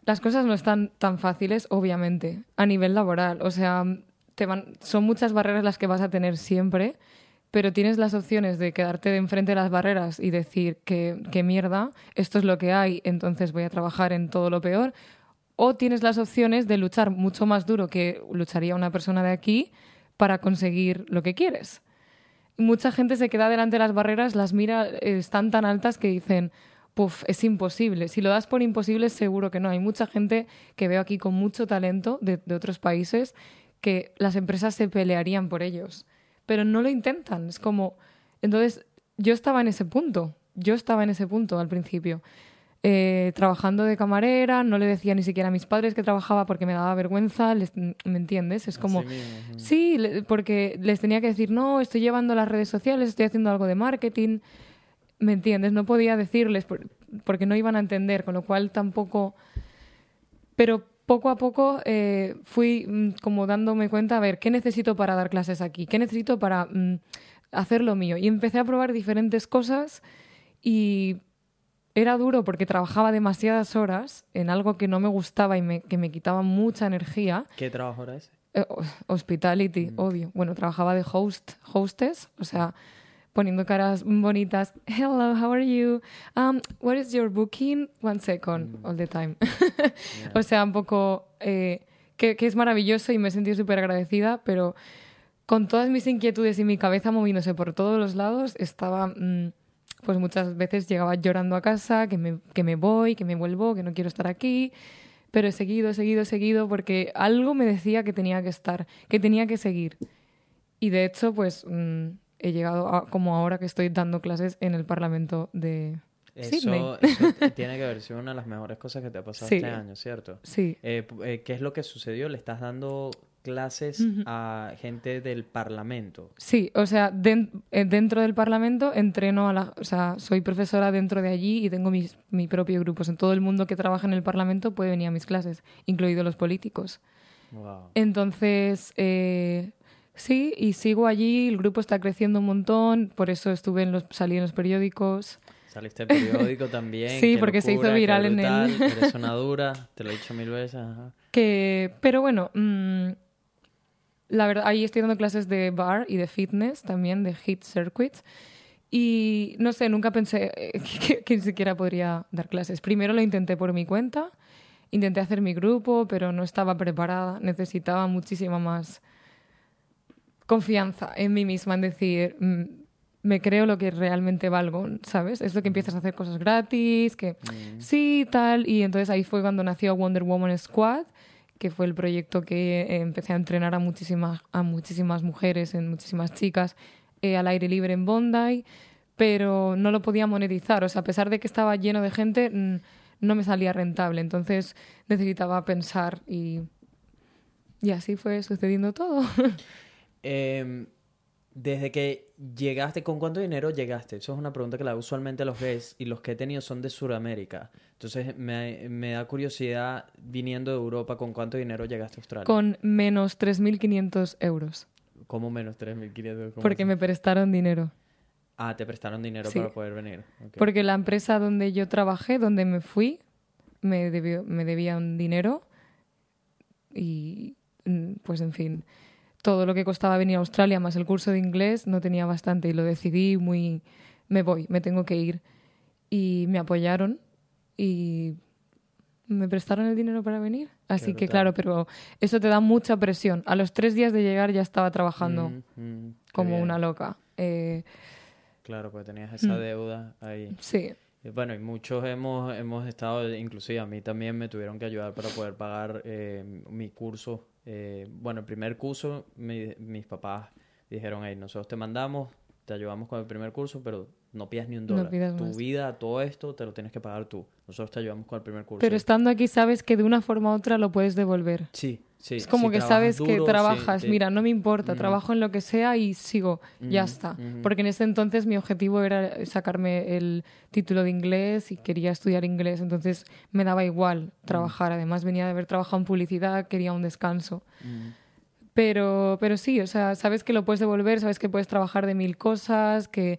las cosas no están tan fáciles, obviamente, a nivel laboral. O sea, te van, son muchas barreras las que vas a tener siempre, pero tienes las opciones de quedarte de enfrente de las barreras y decir que, que mierda, esto es lo que hay, entonces voy a trabajar en todo lo peor. O tienes las opciones de luchar mucho más duro que lucharía una persona de aquí para conseguir lo que quieres. Mucha gente se queda delante de las barreras, las mira, están tan altas que dicen, puf, es imposible. Si lo das por imposible, seguro que no. Hay mucha gente que veo aquí con mucho talento de, de otros países que las empresas se pelearían por ellos, pero no lo intentan. Es como... Entonces, yo estaba en ese punto. Yo estaba en ese punto al principio. Eh, trabajando de camarera, no le decía ni siquiera a mis padres que trabajaba porque me daba vergüenza, les, ¿me entiendes? Es como... Mismo, sí, le, porque les tenía que decir, no, estoy llevando las redes sociales, estoy haciendo algo de marketing, ¿me entiendes? No podía decirles por, porque no iban a entender, con lo cual tampoco... Pero poco a poco eh, fui mm, como dándome cuenta, a ver, ¿qué necesito para dar clases aquí? ¿Qué necesito para mm, hacer lo mío? Y empecé a probar diferentes cosas y... Era duro porque trabajaba demasiadas horas en algo que no me gustaba y me, que me quitaba mucha energía. ¿Qué trabajo era ese? Eh, hospitality, mm. obvio. Bueno, trabajaba de host, hostess, o sea, poniendo caras bonitas. Hello, how are you? Um, what is your booking? One second, mm. all the time. Yeah. O sea, un poco... Eh, que, que es maravilloso y me he sentido súper agradecida, pero con todas mis inquietudes y mi cabeza moviéndose por todos los lados, estaba... Mm, pues muchas veces llegaba llorando a casa, que me, que me voy, que me vuelvo, que no quiero estar aquí, pero he seguido, he seguido, he seguido, porque algo me decía que tenía que estar, que tenía que seguir. Y de hecho, pues mmm, he llegado a, como ahora que estoy dando clases en el Parlamento de eso, Sydney. Eso tiene que haber sido una de las mejores cosas que te ha pasado sí. este año, ¿cierto? Sí. Eh, eh, ¿Qué es lo que sucedió? ¿Le estás dando clases uh-huh. a gente del Parlamento? Sí, o sea, de, eh, dentro del Parlamento entreno a la... O sea, soy profesora dentro de allí y tengo mis, mi propio grupo. O sea, todo el mundo que trabaja en el Parlamento puede venir a mis clases, incluidos los políticos. Wow. Entonces, eh, sí, y sigo allí, el grupo está creciendo un montón, por eso estuve en los, salí en los periódicos. Saliste en periódico también. Sí, porque locura, se hizo viral en él. Eres una dura, te lo he dicho mil veces. Ajá. Que, pero bueno... Mmm, la verdad, ahí estoy dando clases de bar y de fitness también, de hit circuit. Y no sé, nunca pensé que, que ni siquiera podría dar clases. Primero lo intenté por mi cuenta, intenté hacer mi grupo, pero no estaba preparada. Necesitaba muchísima más confianza en mí misma, en decir, me creo lo que realmente valgo, ¿sabes? Es lo que empiezas a hacer cosas gratis, que mm. sí, tal. Y entonces ahí fue cuando nació Wonder Woman Squad, que fue el proyecto que eh, empecé a entrenar a muchísimas, a muchísimas mujeres, en muchísimas chicas, eh, al aire libre en Bondi, pero no lo podía monetizar. O sea, a pesar de que estaba lleno de gente, mmm, no me salía rentable. Entonces necesitaba pensar y, y así fue sucediendo todo. eh, desde que llegaste, ¿con cuánto dinero llegaste? Eso es una pregunta que la usualmente los ves y los que he tenido son de Sudamérica. Entonces me, me da curiosidad, viniendo de Europa, ¿con cuánto dinero llegaste a Australia? Con menos tres mil quinientos euros. ¿Cómo menos tres mil quinientos? Porque así? Me prestaron dinero. Ah, te prestaron dinero sí. para poder venir. Okay. Porque la empresa donde yo trabajé, donde me fui, me, debió, me debía un dinero y pues en fin... Todo lo que costaba venir a Australia más el curso de inglés no tenía bastante y lo decidí muy... Me voy, me tengo que ir. Y me apoyaron y me prestaron el dinero para venir. Así que claro, pero eso te da mucha presión. A los tres días de llegar ya estaba trabajando mm, mm, como bien. Una loca. Eh, claro, pues tenías esa mm, deuda ahí. Sí. Y bueno, y muchos hemos, hemos estado, inclusive a mí también me tuvieron que ayudar para poder pagar eh, mi curso. Eh, bueno, el primer curso, mi, mis papás dijeron, hey, nosotros te mandamos, te ayudamos con el primer curso, pero no pidas ni un dólar. No tu más. Vida, todo esto, te lo tienes que pagar tú. Nosotros te ayudamos con el primer curso. Pero estando aquí sabes que de una forma u otra lo puedes devolver. Sí, sí. Es como si que sabes duro, que trabajas, sí, mira, no me importa, mm. trabajo en lo que sea y sigo, mm. ya está. Mm. Porque en ese entonces mi objetivo era sacarme el título de inglés y quería estudiar inglés, entonces me daba igual trabajar. Mm. Además venía de haber trabajado en publicidad, quería un descanso. Mm. Pero, pero sí, o sea, sabes que lo puedes devolver, sabes que puedes trabajar de mil cosas, que... que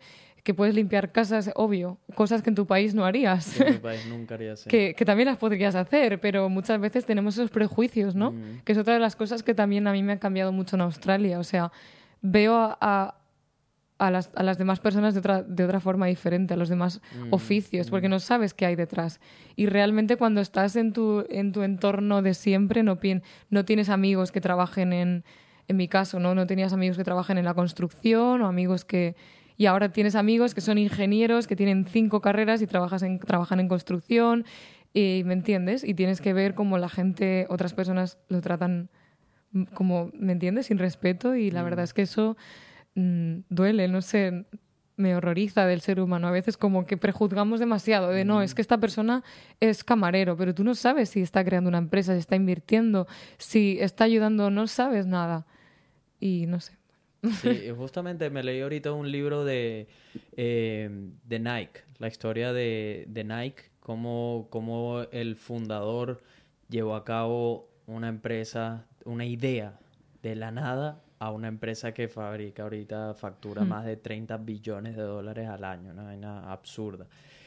que puedes limpiar casas, obvio, cosas que en tu país no harías. En mi país nunca haría así. que, que también las podrías hacer, pero muchas veces tenemos esos prejuicios, ¿no? Mm. Que es otra de las cosas que también a mí me han cambiado mucho en Australia. O sea, veo a, a, a, las, a las demás personas de otra, de otra forma diferente, a los demás Mm, oficios, porque mm. no sabes qué hay detrás. Y realmente cuando estás en tu, en tu entorno de siempre, no, pien, no tienes amigos que trabajen en... En mi caso, ¿no? No tenías amigos que trabajen en la construcción o amigos que... Y ahora tienes amigos que son ingenieros, que tienen cinco carreras y trabajas en, trabajan en construcción, y, ¿me entiendes? Y tienes que ver cómo la gente, otras personas lo tratan como, ¿me entiendes? Sin respeto, y la Mm. verdad es que eso mmm, duele, no sé, me horroriza del ser humano. A veces como que prejuzgamos demasiado, de no, Mm. es que esta persona es camarero, pero tú no sabes si está creando una empresa, si está invirtiendo, si está ayudando, no sabes nada. Y no sé. Sí, y justamente me leí ahorita un libro de, eh, de Nike, la historia de, de Nike, cómo, cómo el fundador llevó a cabo una empresa, una idea de la nada a una empresa que fabrica ahorita, factura Mm. más de treinta billones de dólares al año, una vaina absurda.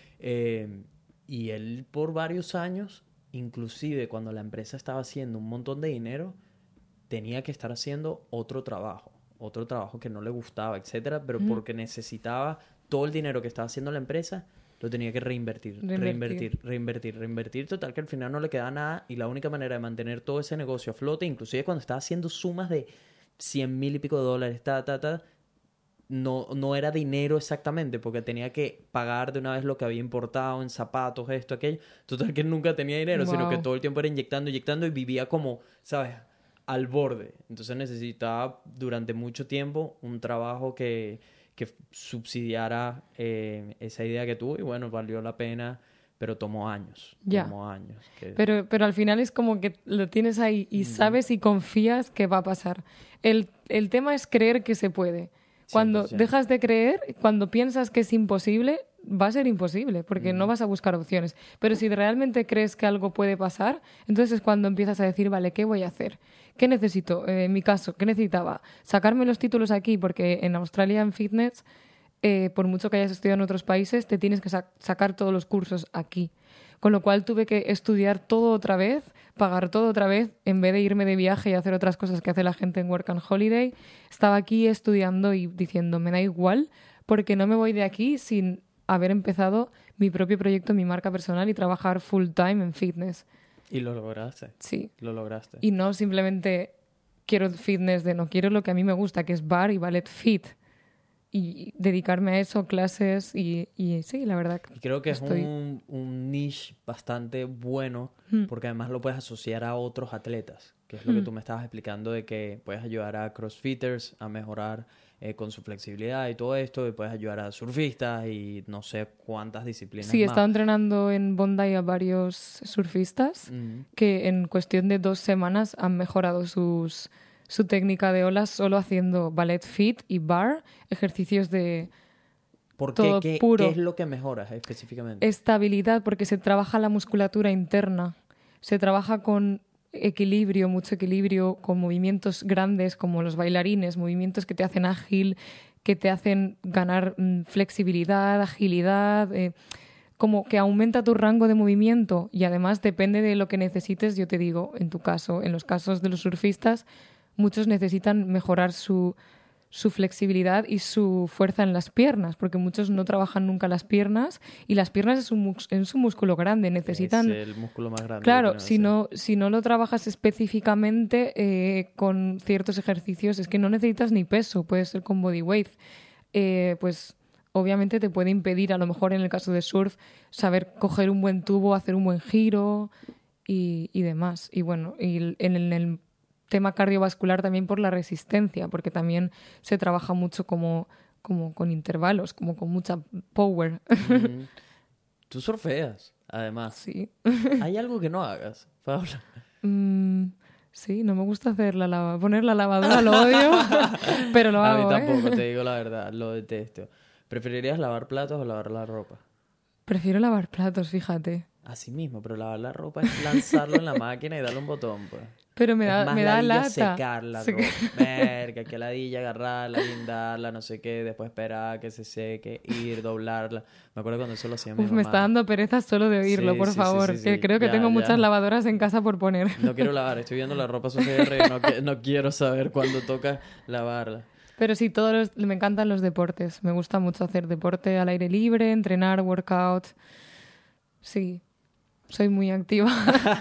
Eh, y él por varios años, inclusive cuando la empresa estaba haciendo un montón de dinero, tenía que estar haciendo otro trabajo, otro trabajo que no le gustaba, etcétera, pero Mm. porque necesitaba todo el dinero que estaba haciendo la empresa, lo tenía que reinvertir, Reinvertir. reinvertir, reinvertir, reinvertir, total que al final no le quedaba nada, y la única manera de mantener todo ese negocio a flote, inclusive cuando estaba haciendo sumas de cien mil y pico de dólares, ta, ta, ta, no, no era dinero exactamente, porque tenía que pagar de una vez lo que había importado en zapatos, esto, aquello. Total que nunca tenía dinero, sino que Wow. todo el tiempo era inyectando, inyectando, y vivía como, ¿sabes?, al borde. Entonces necesitaba durante mucho tiempo un trabajo que, que subsidiara eh, esa idea que tuvo, y bueno, valió la pena, pero tomó años. Ya. Tomó años. Que... Pero, pero al final es como que lo tienes ahí y sabes y confías que va a pasar. El, el tema es creer que se puede. Cuando cien por ciento. dejas de creer, cuando piensas que es imposible, va a ser imposible, porque no vas a buscar opciones. Pero si realmente crees que algo puede pasar, entonces es cuando empiezas a decir, vale, ¿qué voy a hacer? ¿Qué necesito? Eh, en mi caso, ¿qué necesitaba? Sacarme los títulos aquí, porque en Australia en fitness, eh, por mucho que hayas estudiado en otros países, te tienes que sa- sacar todos los cursos aquí. Con lo cual tuve que estudiar todo otra vez, pagar todo otra vez, en vez de irme de viaje y hacer otras cosas que hace la gente en Work and Holiday. Estaba aquí estudiando y diciendo, me da igual, porque no me voy de aquí sin haber empezado mi propio proyecto, mi marca personal, y trabajar full time en fitness. Y lo lograste. Sí. Lo lograste. Y no simplemente quiero fitness de no, quiero lo que a mí me gusta, que es bar y ballet fit. Y dedicarme a eso, clases, y, y sí, la verdad. Y creo que estoy... es un, un niche bastante bueno, Mm. porque además lo puedes asociar a otros atletas, que es lo que Mm. tú me estabas explicando, de que puedes ayudar a crossfitters a mejorar eh, con su flexibilidad y todo esto, y puedes ayudar a surfistas y no sé cuántas disciplinas Sí, he más. estado entrenando en Bondi a varios surfistas Mm. que en cuestión de dos semanas han mejorado sus, su técnica de olas solo haciendo ballet fit y bar, ejercicios de ¿Por qué? todo ¿Qué, puro. qué es lo que mejoras específicamente? estabilidad, porque se trabaja la musculatura interna, se trabaja con equilibrio, mucho equilibrio, con movimientos grandes como los bailarines, movimientos que te hacen ágil, que te hacen ganar mm, flexibilidad, agilidad, eh, como que aumenta tu rango de movimiento, y además depende de lo que necesites. Yo te digo, en tu caso, en los casos de los surfistas, muchos necesitan mejorar su, su flexibilidad y su fuerza en las piernas, porque muchos no trabajan nunca las piernas, y las piernas es un, mus- es un músculo grande, necesitan... Es el músculo más grande. que Claro, tenemos, si sí. no, si no lo trabajas específicamente eh, con ciertos ejercicios, es que no necesitas ni peso, puede ser con bodyweight. Eh, pues obviamente te puede impedir, a lo mejor en el caso de surf, saber coger un buen tubo, hacer un buen giro y, y demás. Y bueno, y el- en el, en el tema cardiovascular también por la resistencia, porque también se trabaja mucho como, como con intervalos, como con mucha power. Mm. Tú surfeas, además. Sí. ¿Hay algo que no hagas, Paula? Mm, sí, no me gusta hacer la lava, poner la lavadora, lo odio, pero lo A mí hago, ¿eh? tampoco, te digo la verdad, lo detesto. ¿Preferirías lavar platos o lavar la ropa? Prefiero lavar platos, fíjate. Así mismo, pero lavar la ropa es lanzarlo en la máquina y darle un botón, pues. Pero me Es da, más me da ladilla lata. secar la Se- ropa. Verga, que ladilla, agarrarla, guindarla, no sé qué, después esperar a que se seque, ir, doblarla. Me acuerdo cuando eso lo hacía mi Uf, me está mamá. dando pereza solo de oírlo, Sí, por sí, sí, favor. sí, Que sí. creo que Ya, tengo muchas ya. lavadoras en casa por poner. No quiero lavar, estoy viendo la ropa sucia de arriba, no, qui- no quiero saber cuándo toca lavarla. Pero sí, todos los- me encantan los deportes. Me gusta mucho hacer deporte al aire libre, entrenar, workout. Sí, soy muy activa.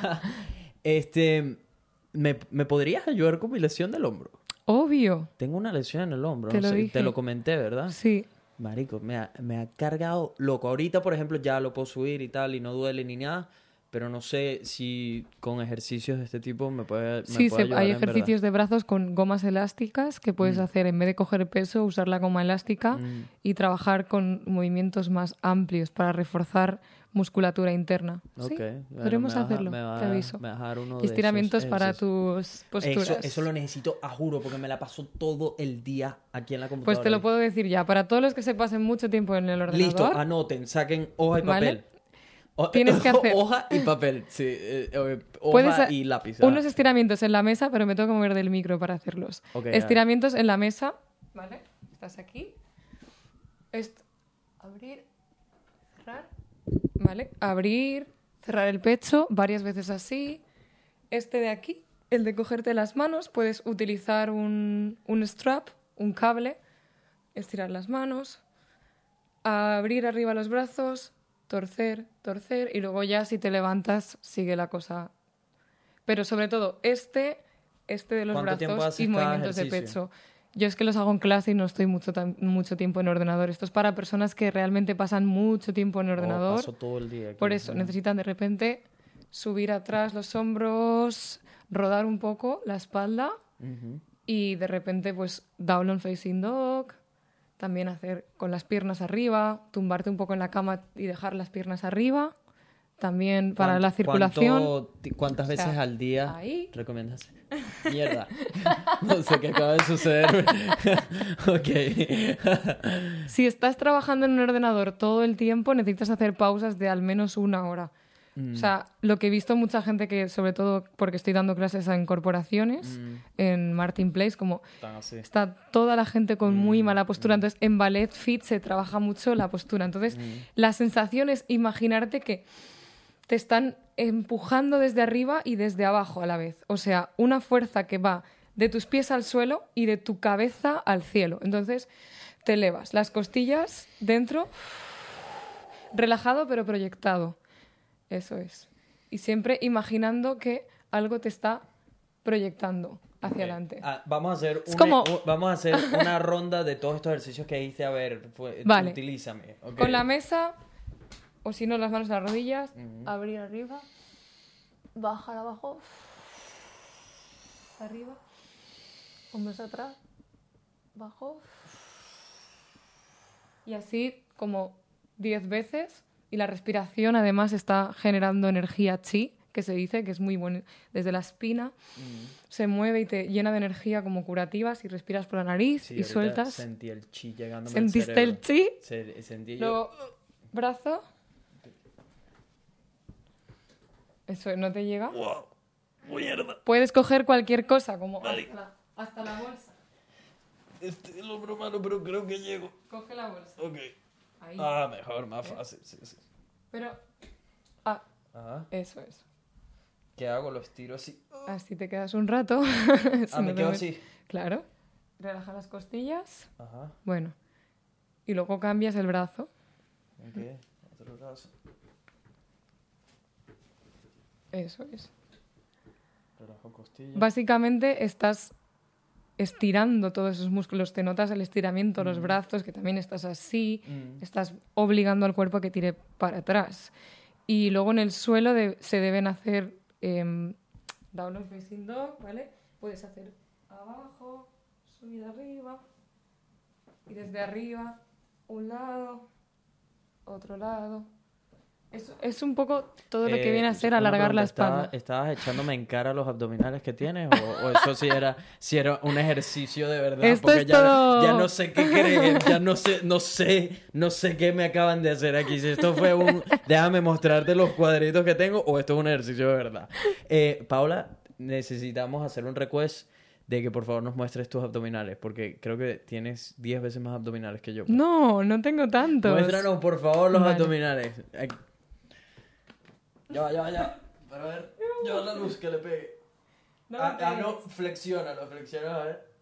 Este, ¿me, me podrías ayudar con mi lesión del hombro? Obvio. Tengo una lesión en el hombro, Te no lo sé, dije. te lo comenté, ¿verdad? Sí. Marico, me ha, me ha cargado loco. Ahorita, por ejemplo, ya lo puedo subir y tal, y no duele ni nada, pero no sé si con ejercicios de este tipo me puede, me Sí, puede se- ayudar hay en verdad. ejercicios de brazos con gomas elásticas que puedes Mm. hacer en vez de coger peso, usar la goma elástica Mm. y trabajar con movimientos más amplios para reforzar musculatura interna. Sí, Ok, bueno, podremos me vas a- hacerlo, me vas te a- aviso. me vas a dar uno Y de estiramientos esos para ejercicios. tus posturas. Eso, eso lo necesito, a juro, porque me la paso todo el día aquí en la computadora. Pues te lo puedo decir ya, para todos los que se pasen mucho tiempo en el ordenador. Listo, anoten, saquen hoja y ¿Vale? papel. O- Tienes que hacer- Hoja y papel, sí. eh, eh, Puedes hoja ha- y lápiz. ah. Unos estiramientos en la mesa, pero me tengo que mover del micro para hacerlos. Ok, ya. Estiramientos en la mesa, ¿vale? Estás aquí. Esto. Abrir, cerrar. ¿Vale? Abrir, cerrar el pecho varias veces así. Este de aquí, el de cogerte las manos, puedes utilizar un, un strap, un cable, estirar las manos, abrir arriba los brazos, torcer, torcer, y luego ya si te levantas sigue la cosa. Pero sobre todo este, este de los ¿Cuánto tiempo brazos haces y cada movimientos de ejercicio? pecho. Yo es que los hago en clase y no estoy mucho, tam- mucho tiempo en ordenador. Esto es para personas que realmente pasan mucho tiempo en Oh, ordenador. paso todo el día aquí. Por eso, Ah. necesitan de repente subir atrás los hombros, rodar un poco la espalda Ujú. y de repente pues downward facing dog, también hacer con las piernas arriba, tumbarte un poco en la cama y dejar las piernas arriba, también para ¿Cuánto- la circulación. cuánto ti- ¿Cuántas O sea, veces al día ahí. recomiendas? Mierda. No sé qué acaba de suceder. Ok. Si estás trabajando en un ordenador todo el tiempo, necesitas hacer pausas de al menos una hora. Mm. O sea, lo que he visto mucha gente que, sobre todo porque estoy dando clases en corporaciones, Mm. en Martin Place, como Tan así. está toda la gente con muy Mm, mala postura. Entonces, en ballet fit se trabaja mucho la postura. Entonces, Mm. la sensación es imaginarte que te están empujando desde arriba y desde abajo a la vez. O sea, una fuerza que va de tus pies al suelo y de tu cabeza al cielo. Entonces, te elevas las costillas dentro, relajado pero proyectado. Eso es. Y siempre imaginando que algo te está proyectando hacia Ok. adelante. Ah, vamos a hacer Es una, como- u- vamos a hacer una ronda de todos estos ejercicios que hice. A ver, fue- Vale. utilízame. ok. Con la mesa, o si no, las manos en las rodillas, Ujú. abrir arriba, bajar abajo, arriba, hombros atrás, bajo, y así como diez veces. Y la respiración además está generando energía chi, que se dice que es muy bueno. Desde la espina Mm. se mueve y te llena de energía como curativa si respiras por la nariz Sí, y ahorita sueltas. Sentí el chi llegando. ¿Sentiste el chi? Se- sentí yo. Luego, brazo. Eso no te llega. ¡Wow! ¡Mierda! Puedes coger cualquier cosa, como hasta la, hasta la bolsa. Este es el hombro malo, pero creo que llego. Coge la bolsa. Ok. Ahí. Ah, mejor, más fácil. Sí, sí. Pero. Ah, Ajá. eso es. ¿Qué hago? Lo estiro así. Así te quedas un rato. Si Ah, no me te quedo met- así. Claro. Relaja las costillas. Ajá. Bueno. Y luego cambias el brazo. Ok. Otro brazo. Eso es. Relajo costillas. Básicamente estás estirando todos esos músculos. Te notas el estiramiento, los brazos, que también estás así. Mm. Estás obligando al cuerpo a que tire para atrás. Y luego en el suelo de- se deben hacer em, downward facing dog, ¿vale? Puedes hacer abajo, subir arriba. Y desde arriba, un lado, otro lado, Es, es un poco todo lo que Eh, viene a ser una alargar la pregunta, espalda. ¿estaba- ¿Estabas echándome en cara los abdominales que tienes? ¿O, o eso sí era, sí era un ejercicio de verdad? Esto Porque es ya, todo- ya no sé qué creer, ya no sé, no sé, no sé qué me acaban de hacer aquí. Si esto fue un, déjame mostrarte los cuadritos que tengo o esto es un ejercicio de verdad. Eh, Paula, necesitamos hacer un request de que por favor nos muestres tus abdominales, porque creo que tienes diez veces más abdominales que yo. No, no tengo tantos. Muéstranos, por favor, los Vale. abdominales. Aquí. Ya va, ya va, ya va. Para ver, lleva la luz que le pegue. No ah, me ah, no, pegues. flexiónalo, flexiónalo, a ver.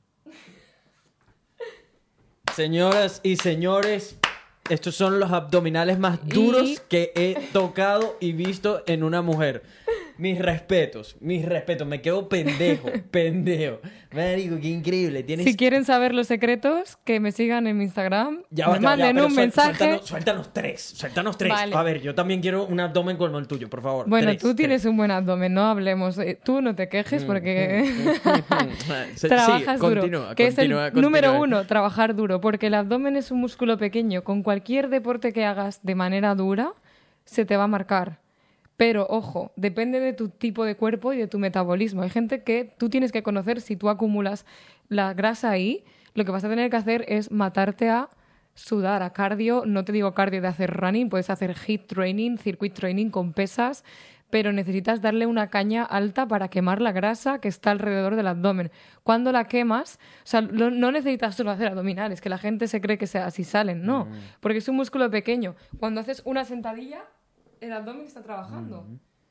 Señoras y señores, estos son los abdominales más duros Y- que he tocado y visto en una mujer. Mis respetos, mis respetos. Me quedo pendejo, pendejo. Marico, qué increíble. Tienes... Si quieren saber los secretos, que me sigan en mi Instagram. Ya va, me ya va, ya va, manden pero un suel- mensaje. Suéltanos, suéltanos tres, suéltanos tres. Vale. A ver, yo también quiero un abdomen como el tuyo, por favor. Bueno, Tres, tú tres. tienes un buen abdomen, no hablemos. eh, Tú no te quejes porque Sí, trabajas duro. continúa, Que es el continúa, continúa. número uno, trabajar duro. Porque el abdomen es un músculo pequeño. Con cualquier deporte que hagas de manera dura, se te va a marcar. Pero, ojo, depende de tu tipo de cuerpo y de tu metabolismo. Hay gente que tú tienes que conocer, si tú acumulas la grasa ahí, lo que vas a tener que hacer es matarte a sudar, a cardio. No te digo cardio de hacer running, puedes hacer HIIT training, circuit training con pesas, pero necesitas darle una caña alta para quemar la grasa que está alrededor del abdomen. Cuando la quemas, o sea, lo- no necesitas solo hacer abdominales, que la gente se cree que sea así salen, no, porque es un músculo pequeño. Cuando haces una sentadilla, el abdomen está trabajando.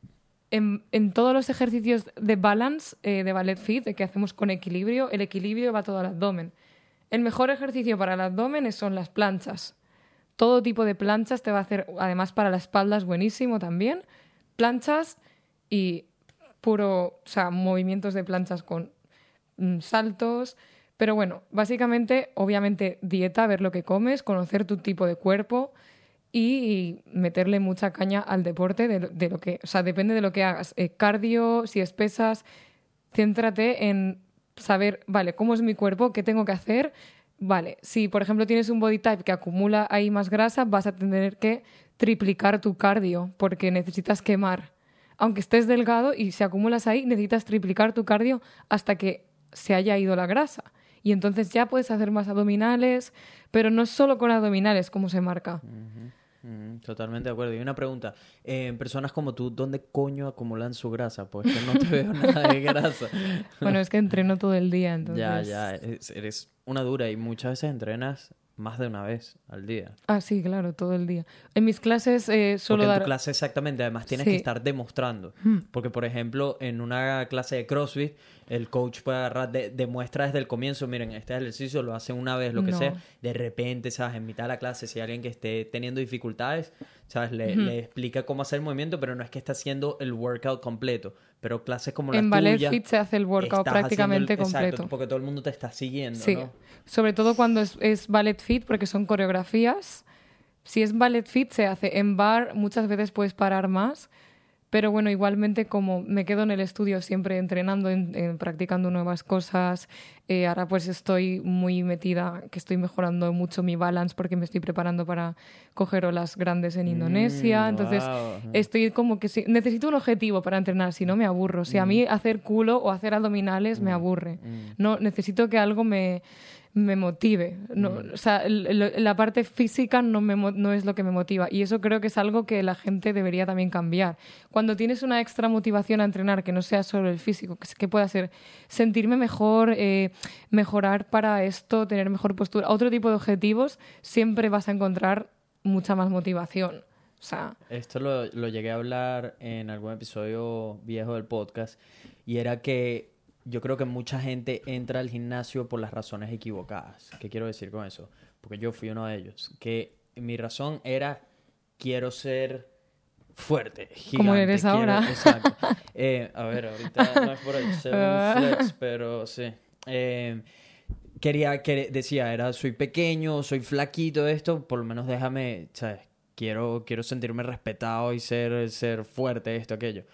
En, en todos los ejercicios de balance, eh, de ballet fit, de que hacemos con equilibrio, el equilibrio va todo al abdomen. El mejor ejercicio para el abdomen es- son las planchas. Todo tipo de planchas te va a hacer, además para la espalda es buenísimo también. Planchas y puro, o sea, movimientos de planchas con mm, saltos. Pero bueno, básicamente, obviamente, dieta, ver lo que comes, conocer tu tipo de cuerpo y meterle mucha caña al deporte de, lo- de lo que, o sea, depende de lo que hagas. Eh, cardio, si es pesas, céntrate en saber, vale, cómo es mi cuerpo, qué tengo que hacer. Vale, si por ejemplo tienes un body type que acumula ahí más grasa, vas a tener que triplicar tu cardio porque necesitas quemar. Aunque estés delgado y si acumulas ahí, necesitas triplicar tu cardio hasta que se haya ido la grasa. Y entonces ya puedes hacer más abdominales, pero no solo con abdominales como se marca. Mm, totalmente de acuerdo. Y una pregunta, eh, personas como tú, ¿dónde coño acumulan su grasa? Pues que no te veo nada de grasa. Bueno, es que entreno todo el día, entonces... Ya, ya, es- eres una dura y muchas veces entrenas más de una vez al día. Ah, sí, claro, todo el día. En mis clases eh, suelo Porque en dar... tu clase exactamente, además tienes Sí. que estar demostrando. Porque, por ejemplo, en una clase de CrossFit, el coach puede agarrar, de, demuestra desde el comienzo, miren, este ejercicio lo hacen una vez, lo que No. sea. De repente, ¿sabes? En mitad de la clase, si hay alguien que esté teniendo dificultades, ¿sabes? Le, le explica cómo hacer el movimiento, pero no es que está haciendo el workout completo. Pero clases como En la Ballet tuya... Fit se hace el workout estás prácticamente haciendo el- completo. Exacto, porque todo el mundo te está siguiendo, Sí, ¿no? sobre todo cuando es, es ballet fit, porque son coreografías. Si es ballet fit, se hace en bar, muchas veces puedes parar más, pero bueno, igualmente como me quedo en el estudio siempre entrenando, en- en- practicando nuevas cosas, eh, ahora pues estoy muy metida, que estoy mejorando mucho mi balance porque me estoy preparando para coger olas grandes en Indonesia, Mm, entonces wow. estoy como que sí, necesito un objetivo para entrenar, si no me aburro. Si a mí hacer culo o hacer abdominales me aburre. No, necesito que algo me, me motive. No, o sea, el- el- la parte física no, me, mo- no es lo que me motiva. Y eso creo que es algo que la gente debería también cambiar. Cuando tienes una extra motivación a entrenar, que no sea solo el físico, que, que pueda ser sentirme mejor, eh, mejorar para esto, tener mejor postura, otro tipo de objetivos, siempre vas a encontrar mucha más motivación. O sea, Esto lo, lo llegué a hablar en algún episodio viejo del podcast y era que yo creo que mucha gente entra al gimnasio por las razones equivocadas. ¿Qué quiero decir con eso? Porque yo fui uno de ellos. Que mi razón era quiero ser fuerte, gigante. Como eres quiero- ahora. Exacto. Eh, a ver, ahorita no es por ser un flex, pero sí. Eh, quería, que decía, era, soy pequeño, soy flaquito, esto, por lo menos déjame, ¿sabes? Quiero, quiero sentirme respetado y ser, ser fuerte, esto, aquello.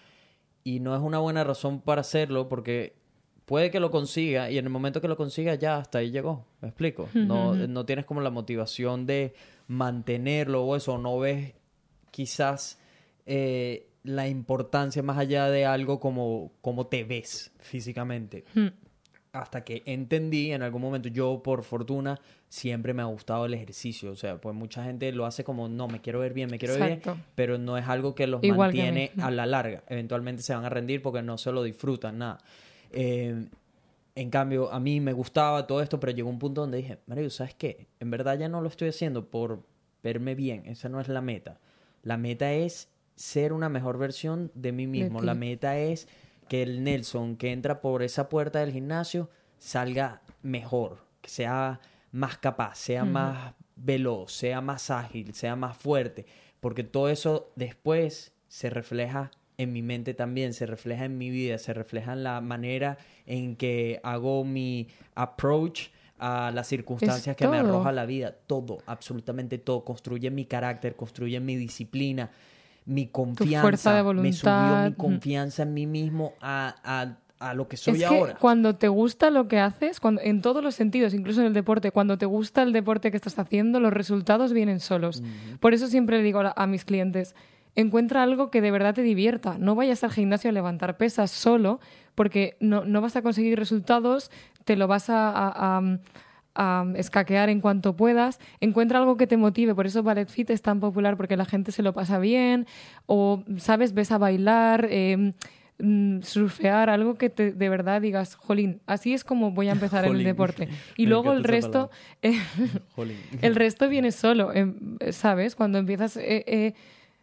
Y no es una buena razón para hacerlo porque puede que lo consiga y en el momento que lo consiga ya hasta ahí llegó. ¿Me explico? No, no tienes como la motivación de mantenerlo o eso, no ves quizás eh, la importancia más allá de algo como, como te ves físicamente. Hmm. Hasta que entendí en algún momento, yo por fortuna siempre me ha gustado el ejercicio. O sea, pues mucha gente lo hace como, no, me quiero ver bien, me quiero ver Exacto. bien, pero no es algo que los Igual que a mantiene mí. a la larga. Eventualmente se van a rendir porque no se lo disfrutan, nada. Eh, en cambio, a mí me gustaba todo esto, pero llegó un punto donde dije, Mario, ¿sabes qué? En verdad ya no lo estoy haciendo por verme bien. Esa no es la meta. La meta es ser una mejor versión de mí mismo. ti. La meta es que el Nelson que entra por esa puerta del gimnasio salga mejor, que sea más capaz, sea Ujú. más veloz, sea más ágil, sea más fuerte, porque todo eso después se refleja en mi mente también, se refleja en mi vida, se refleja en la manera en que hago mi approach a las circunstancias Es que me todo. arroja la vida. Todo, absolutamente todo. Construye mi carácter, construye mi disciplina, mi confianza. fuerza de Me subió voluntad. mi confianza en mí mismo a, a, a lo que soy Es que ahora. cuando te gusta lo que haces, cuando, en todos los sentidos, incluso en el deporte, cuando te gusta el deporte que estás haciendo, los resultados vienen solos. Ujú. Por eso siempre le digo a, a mis clientes, encuentra algo que de verdad te divierta. No vayas al gimnasio a levantar pesas solo, porque no, no vas a conseguir resultados, te lo vas a, a- a- a escaquear en cuanto puedas. Encuentra algo que te motive. Por eso Ballet Fit es tan popular, porque la gente se lo pasa bien, o, ¿sabes? Ves a bailar, eh, mm, surfear, algo que te, de verdad digas, jolín, así es como voy a empezar en el Jolín. deporte. Y Me luego el encanta esa resto, eh, Jolín. el resto viene solo, em, ¿sabes? Cuando empiezas eh, eh,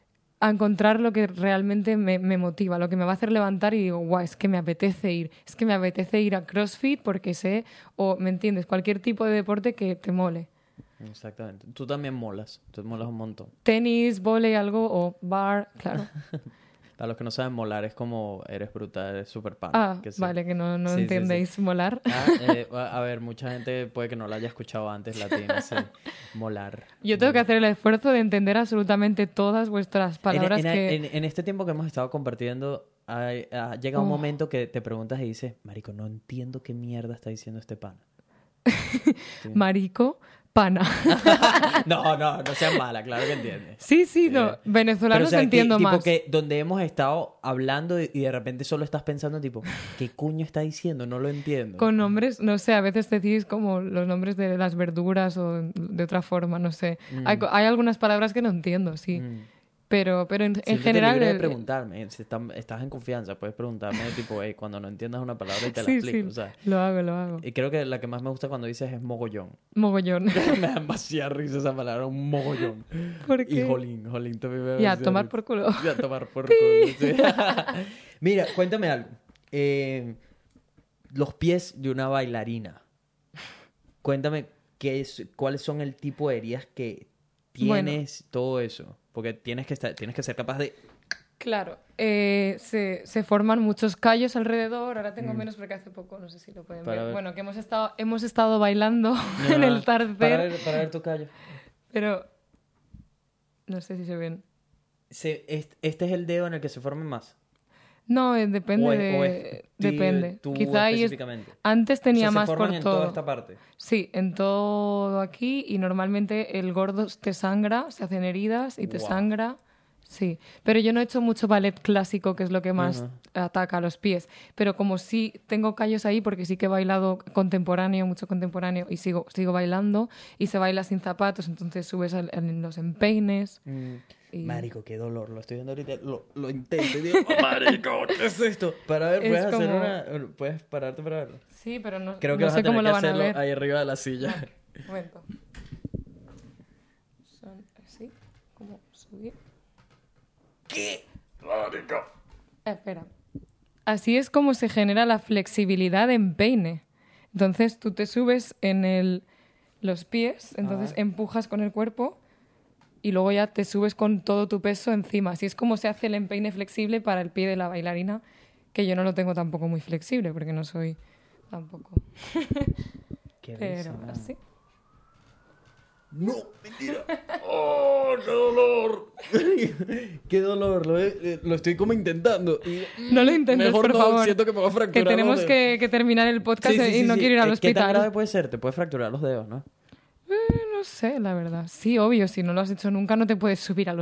a encontrar lo que realmente me, me motiva, lo que me va a hacer levantar y digo, guau, es que me apetece ir, es que me apetece ir a CrossFit porque sé, o me entiendes, cualquier tipo de deporte que te mole. Exactamente. Tú también molas. Tú molas un montón. Tenis, vóley, algo, o bar, claro. Para los que no saben, molar es como eres brutal, eres súper pan. Ah, que sí. vale, que no, no Sí, sí, entendéis sí. molar. Ah, eh, a a ver, mucha gente puede que no la haya escuchado antes latina, sí. Molar. Yo tengo que hacer el esfuerzo de entender absolutamente todas vuestras palabras en, en, que... en, en este tiempo que hemos estado compartiendo, hay- ha llegado un Oh. momento que te preguntas y dices, marico, no entiendo qué mierda está diciendo este pan. Sí. Marico, pana. No, no, no seas mala, claro que entiendes. Sí, sí, no. Eh, Venezolanos Pero, o sea, entiendo ti- tipo más. que donde hemos estado hablando y y de repente solo estás pensando, tipo, ¿qué coño está diciendo? No lo entiendo. Con nombres, no sé, a veces decís como los nombres de las verduras o de otra forma, no sé. Mm. Hay, co- hay algunas palabras que no entiendo, sí. Mm. Pero, pero en, en Siéntete general... libre de el- preguntarme. Si está- estás en confianza, puedes preguntarme, tipo, hey, cuando no entiendas una palabra y te la sí, explico. sí, O sea, lo hago, lo hago. y creo que la que más me gusta cuando dices es mogollón. Mogollón. Me da demasiada risa esa palabra, un mogollón. ¿Por Y qué? jolín, jolín también me da Y a demasiada tomar risa. por culo. Y a tomar por culo, sí. Mira, cuéntame algo. Eh, los pies de una bailarina. Cuéntame qué es, cuáles son el tipo de heridas que tienes, todo eso. Porque tienes que estar, tienes que ser capaz de... Claro, eh, se, se forman muchos callos alrededor. Ahora tengo Mm. menos porque hace poco, no sé si lo pueden Para ver. ver. Bueno, que hemos estado, hemos estado bailando en el tarde, Para ver, para ver tu callo. pero no sé si se ven. Se- est- este es el dedo en el que se formen más. No, eh, depende O es- de... o es ti- depende. tú Quizá ahí es- específicamente. antes O tenía sea, se más forman por en todo. toda esta parte. Sí, en todo aquí y normalmente el gordo te sangra, se hacen heridas y te Guau. sangra. Sí, pero yo no he hecho mucho ballet clásico, que es lo que más Ajá. ataca a los pies. Pero como sí tengo callos ahí, porque sí que he bailado contemporáneo, mucho contemporáneo, y sigo, sigo bailando, y se baila sin zapatos, entonces subes al- en los empeines. Y- Marico, qué dolor. Lo estoy viendo ahorita. Lo, lo intento y digo, marico, ¿qué es esto? Para ver, Es puedes hacer como- una... Puedes pararte para verlo. Sí, pero no, Creo que no vas sé a tener cómo que lo van a hacerlo ver. ahí arriba de la silla. Un momento. Son así, como subir. ¿Qué? Marico. Espera. Así es como se genera la flexibilidad en peine. Entonces tú te subes en el, los pies, entonces Ah. empujas con el cuerpo y luego ya te subes con todo tu peso encima. Así es como se hace el empeine flexible para el pie de la bailarina, que yo no lo tengo tampoco muy flexible porque no soy tampoco. Qué Pero risa, no. así. No, mentira. ¡Oh, qué dolor! ¡Qué dolor! Lo, he- lo estoy como intentando. y- No lo intentes, Mejor por no, favor. siento que me voy a fracturar Que los tenemos dedos. que, que terminar el podcast Sí, sí, y sí, no sí. quiero ir al Eh, ¿Qué tan grave hospital. puede ser? Te puedes fracturar los dedos, ¿no? Eh, no sé, la verdad. Sí, obvio, si no lo has hecho nunca no te puedes subir a los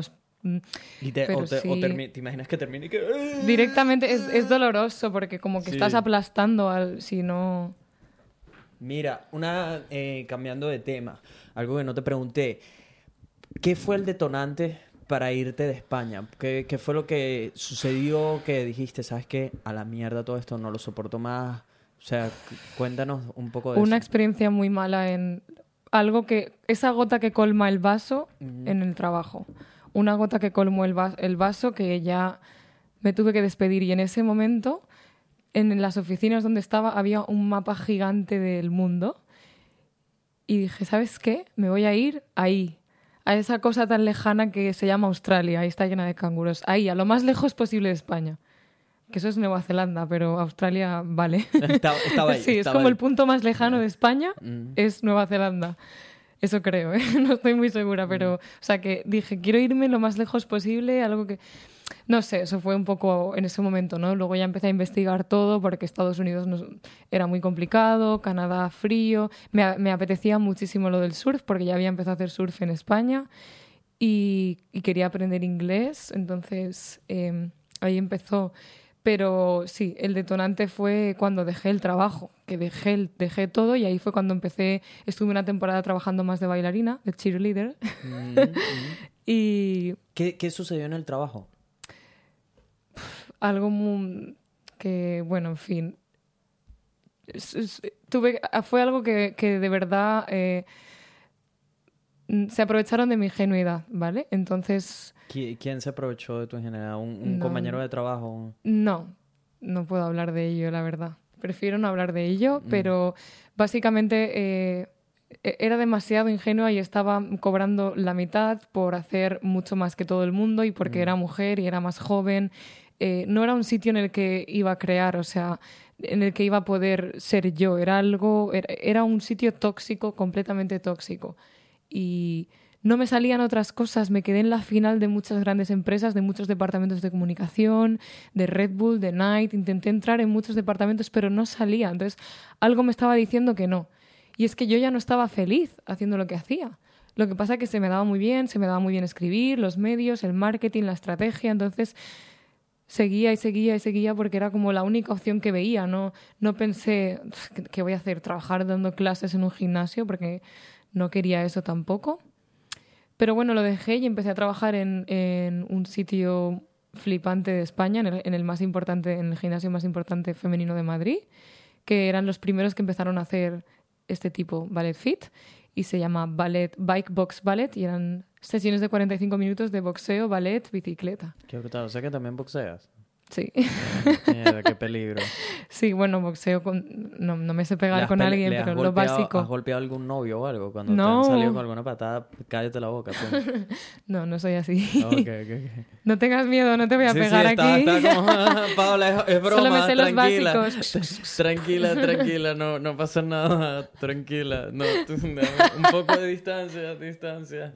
Y te, pero o te, sí, o termi- te imaginas que termine y que... directamente es, es doloroso porque como que Sí. estás aplastando al... Si no... Mira, una eh, cambiando de tema, algo que no te pregunté. ¿Qué fue el detonante para irte de España? ¿Qué, qué fue lo que sucedió que dijiste, sabes qué, a la mierda todo esto, no lo soporto más? O sea, cu- cuéntanos un poco de Una eso. experiencia muy mala en algo que... Esa gota que colma el vaso Ujú. en el trabajo. Una gota que colmó el, va- el vaso que ya me tuve que despedir. Y en ese momento, en las oficinas donde estaba, había un mapa gigante del mundo. Y dije, ¿sabes qué? Me voy a ir ahí, a esa cosa tan lejana que se llama Australia. Ahí está llena de canguros. Ahí, a lo más lejos posible de España. Que eso es Nueva Zelanda, pero Australia vale. Estaba, estaba ahí. Sí, es estaba como ahí. el punto más lejano de España, Mm. es Nueva Zelanda. Eso creo, ¿eh? No estoy muy segura, pero... O sea, que dije, quiero irme lo más lejos posible, algo que... No sé, eso fue un poco en ese momento, ¿no? Luego ya empecé a investigar todo porque Estados Unidos no- era muy complicado, Canadá frío... Me, a- me apetecía muchísimo lo del surf porque ya había empezado a hacer surf en España y, y quería aprender inglés, entonces eh, ahí empezó. Pero sí, el detonante fue cuando dejé el trabajo, que dejé, el- dejé todo y ahí fue cuando empecé, estuve una temporada trabajando más de bailarina, de cheerleader, Mm, mm. y ¿Qué, qué sucedió en el trabajo? algo muy, que, bueno, en fin, es- es- tuve, fue algo que, que de verdad eh, mm, se aprovecharon de mi ingenuidad, ¿vale? Entonces... ¿Qui- ¿Quién se aprovechó de tu ingenuidad? ¿Un, un No. compañero de trabajo? No, no puedo hablar de ello, la verdad. Prefiero no hablar de ello, Mm. pero básicamente eh, e- era demasiado ingenua y estaba cobrando la mitad por hacer mucho más que todo el mundo y porque Mm. era mujer y era más joven. Eh, no era un sitio en el que iba a crear, o sea, en el que iba a poder ser yo. Era algo, era, era un sitio tóxico, completamente tóxico. Y no me salían otras cosas, me quedé en la final de muchas grandes empresas, de muchos departamentos de comunicación, de Red Bull, de Nike, intenté entrar en muchos departamentos, pero no salía. Entonces, algo me estaba diciendo que no. Y es que yo ya no estaba feliz haciendo lo que hacía. Lo que pasa es que se me daba muy bien, se me daba muy bien escribir, los medios, el marketing, la estrategia, entonces seguía y seguía y seguía porque era como la única opción que veía. No, no pensé, ¿qué, qué voy a hacer? ¿Trabajar dando clases en un gimnasio? Porque no quería eso tampoco. Pero bueno, lo dejé y empecé a trabajar en, en un sitio flipante de España, en el, en el más importante, en el gimnasio más importante femenino de Madrid, que eran los primeros que empezaron a hacer este tipo Ballet Fit y se llama Ballet Bike Box Ballet y eran sesiones de cuarenta y cinco minutos de boxeo, ballet, bicicleta. Qué brutal. O sea que también boxeas. Sí. Mierda, qué peligro. Sí, bueno, boxeo con... No, no me sé ¿Le pegar has con pele- alguien, le has pero lo golpeado- básico. ¿Has golpeado a algún novio o algo? Cuando No. te han salido con alguna patada, cállate la boca. pum. No, no soy así. Ok, ok, ok. No tengas miedo, no te voy a Sí, pegar sí, está, aquí. está como, Paola, es, es broma, Solo me sé los tranquila. básicos. Tranquila, tranquila, no, no pasa nada, tranquila. No, tú, no, un poco de distancia, distancia.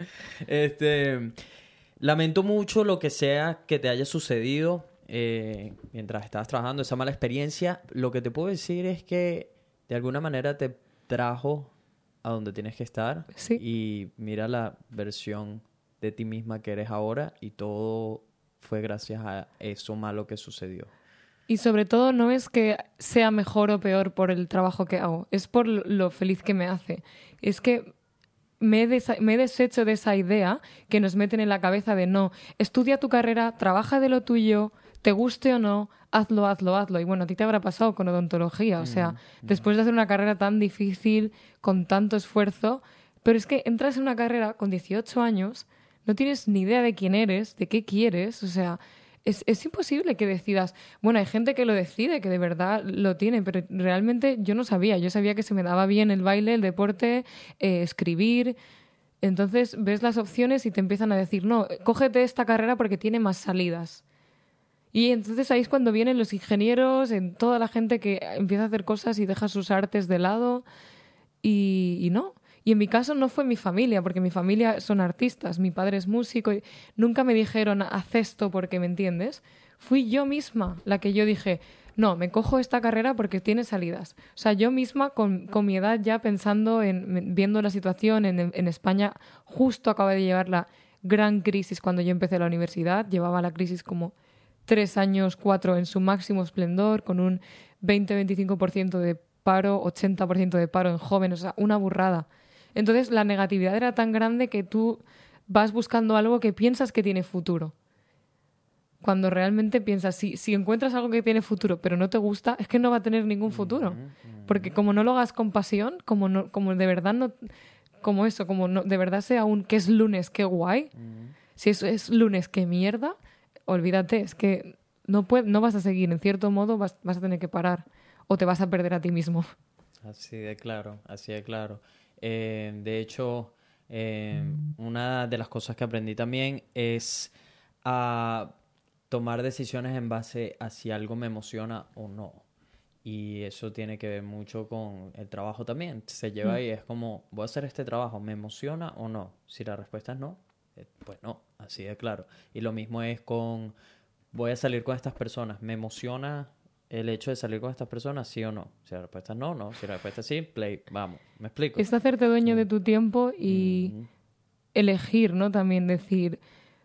Este, lamento mucho lo que sea que te haya sucedido eh, mientras estabas trabajando, esa mala experiencia. Lo que te puedo decir es que de alguna manera te trajo a donde tienes que estar. Sí. Y mira la versión de ti misma que eres ahora y todo fue gracias a eso malo que sucedió. Y sobre todo no es que sea mejor o peor por el trabajo que hago, es por lo feliz que me hace. Es que me he, desa- me he deshecho de esa idea que nos meten en la cabeza de no, estudia tu carrera, trabaja de lo tuyo, te guste o no, hazlo, hazlo, hazlo. Y bueno, a ti te habrá pasado con odontología, o sea, Mm, después de hacer una carrera tan difícil, con tanto esfuerzo, pero es que entras en una carrera con dieciocho años, no tienes ni idea de quién eres, de qué quieres, o sea, es, es imposible que decidas. Bueno, hay gente que lo decide, que de verdad lo tiene, pero realmente yo no sabía. Yo sabía que se me daba bien el baile, el deporte, eh, escribir. Entonces ves las opciones y te empiezan a decir, no, cógete esta carrera porque tiene más salidas. Y entonces ahí es cuando vienen los ingenieros, en toda la gente que empieza a hacer cosas y deja sus artes de lado. Y, y no. Y en mi caso no fue mi familia, porque mi familia son artistas, mi padre es músico y nunca me dijeron haz esto porque me entiendes. Fui yo misma la que yo dije, no, me cojo esta carrera porque tiene salidas. O sea, yo misma con, con mi edad ya pensando en, viendo la situación en, en España, justo acaba de llevar la gran crisis cuando yo empecé la universidad. Llevaba la crisis como tres años, cuatro en su máximo esplendor, con un veinte a veinticinco por ciento de paro, ochenta por ciento de paro en jóvenes, o sea, una burrada. Entonces la negatividad era tan grande que tú vas buscando algo que piensas que tiene futuro. Cuando realmente piensas, si, si encuentras algo que tiene futuro pero no te gusta, es que no va a tener ningún futuro. Porque como no lo hagas con pasión, como, no, como de verdad no... Como eso, como no, de verdad sea un que es lunes, qué guay. Si eso es lunes, qué mierda, olvídate, es que no, puede, no vas a seguir. En cierto modo vas, vas a tener que parar o te vas a perder a ti mismo. Así de claro, así de claro. Eh, de hecho, eh, una de las cosas que aprendí también es a tomar decisiones en base a si algo me emociona o no. Y eso tiene que ver mucho con el trabajo también. Se lleva ahí, es como, voy a hacer este trabajo, ¿me emociona o no? Si la respuesta es no, eh, pues no, así de claro. Y lo mismo es con, voy a salir con estas personas, ¿me emociona el hecho de salir con estas personas, sí o no? Si la respuesta es no, no. Si la respuesta es sí, play, vamos. ¿Me explico? Es hacerte dueño Sí. de tu tiempo y Mm-hmm. elegir, ¿no? También decir...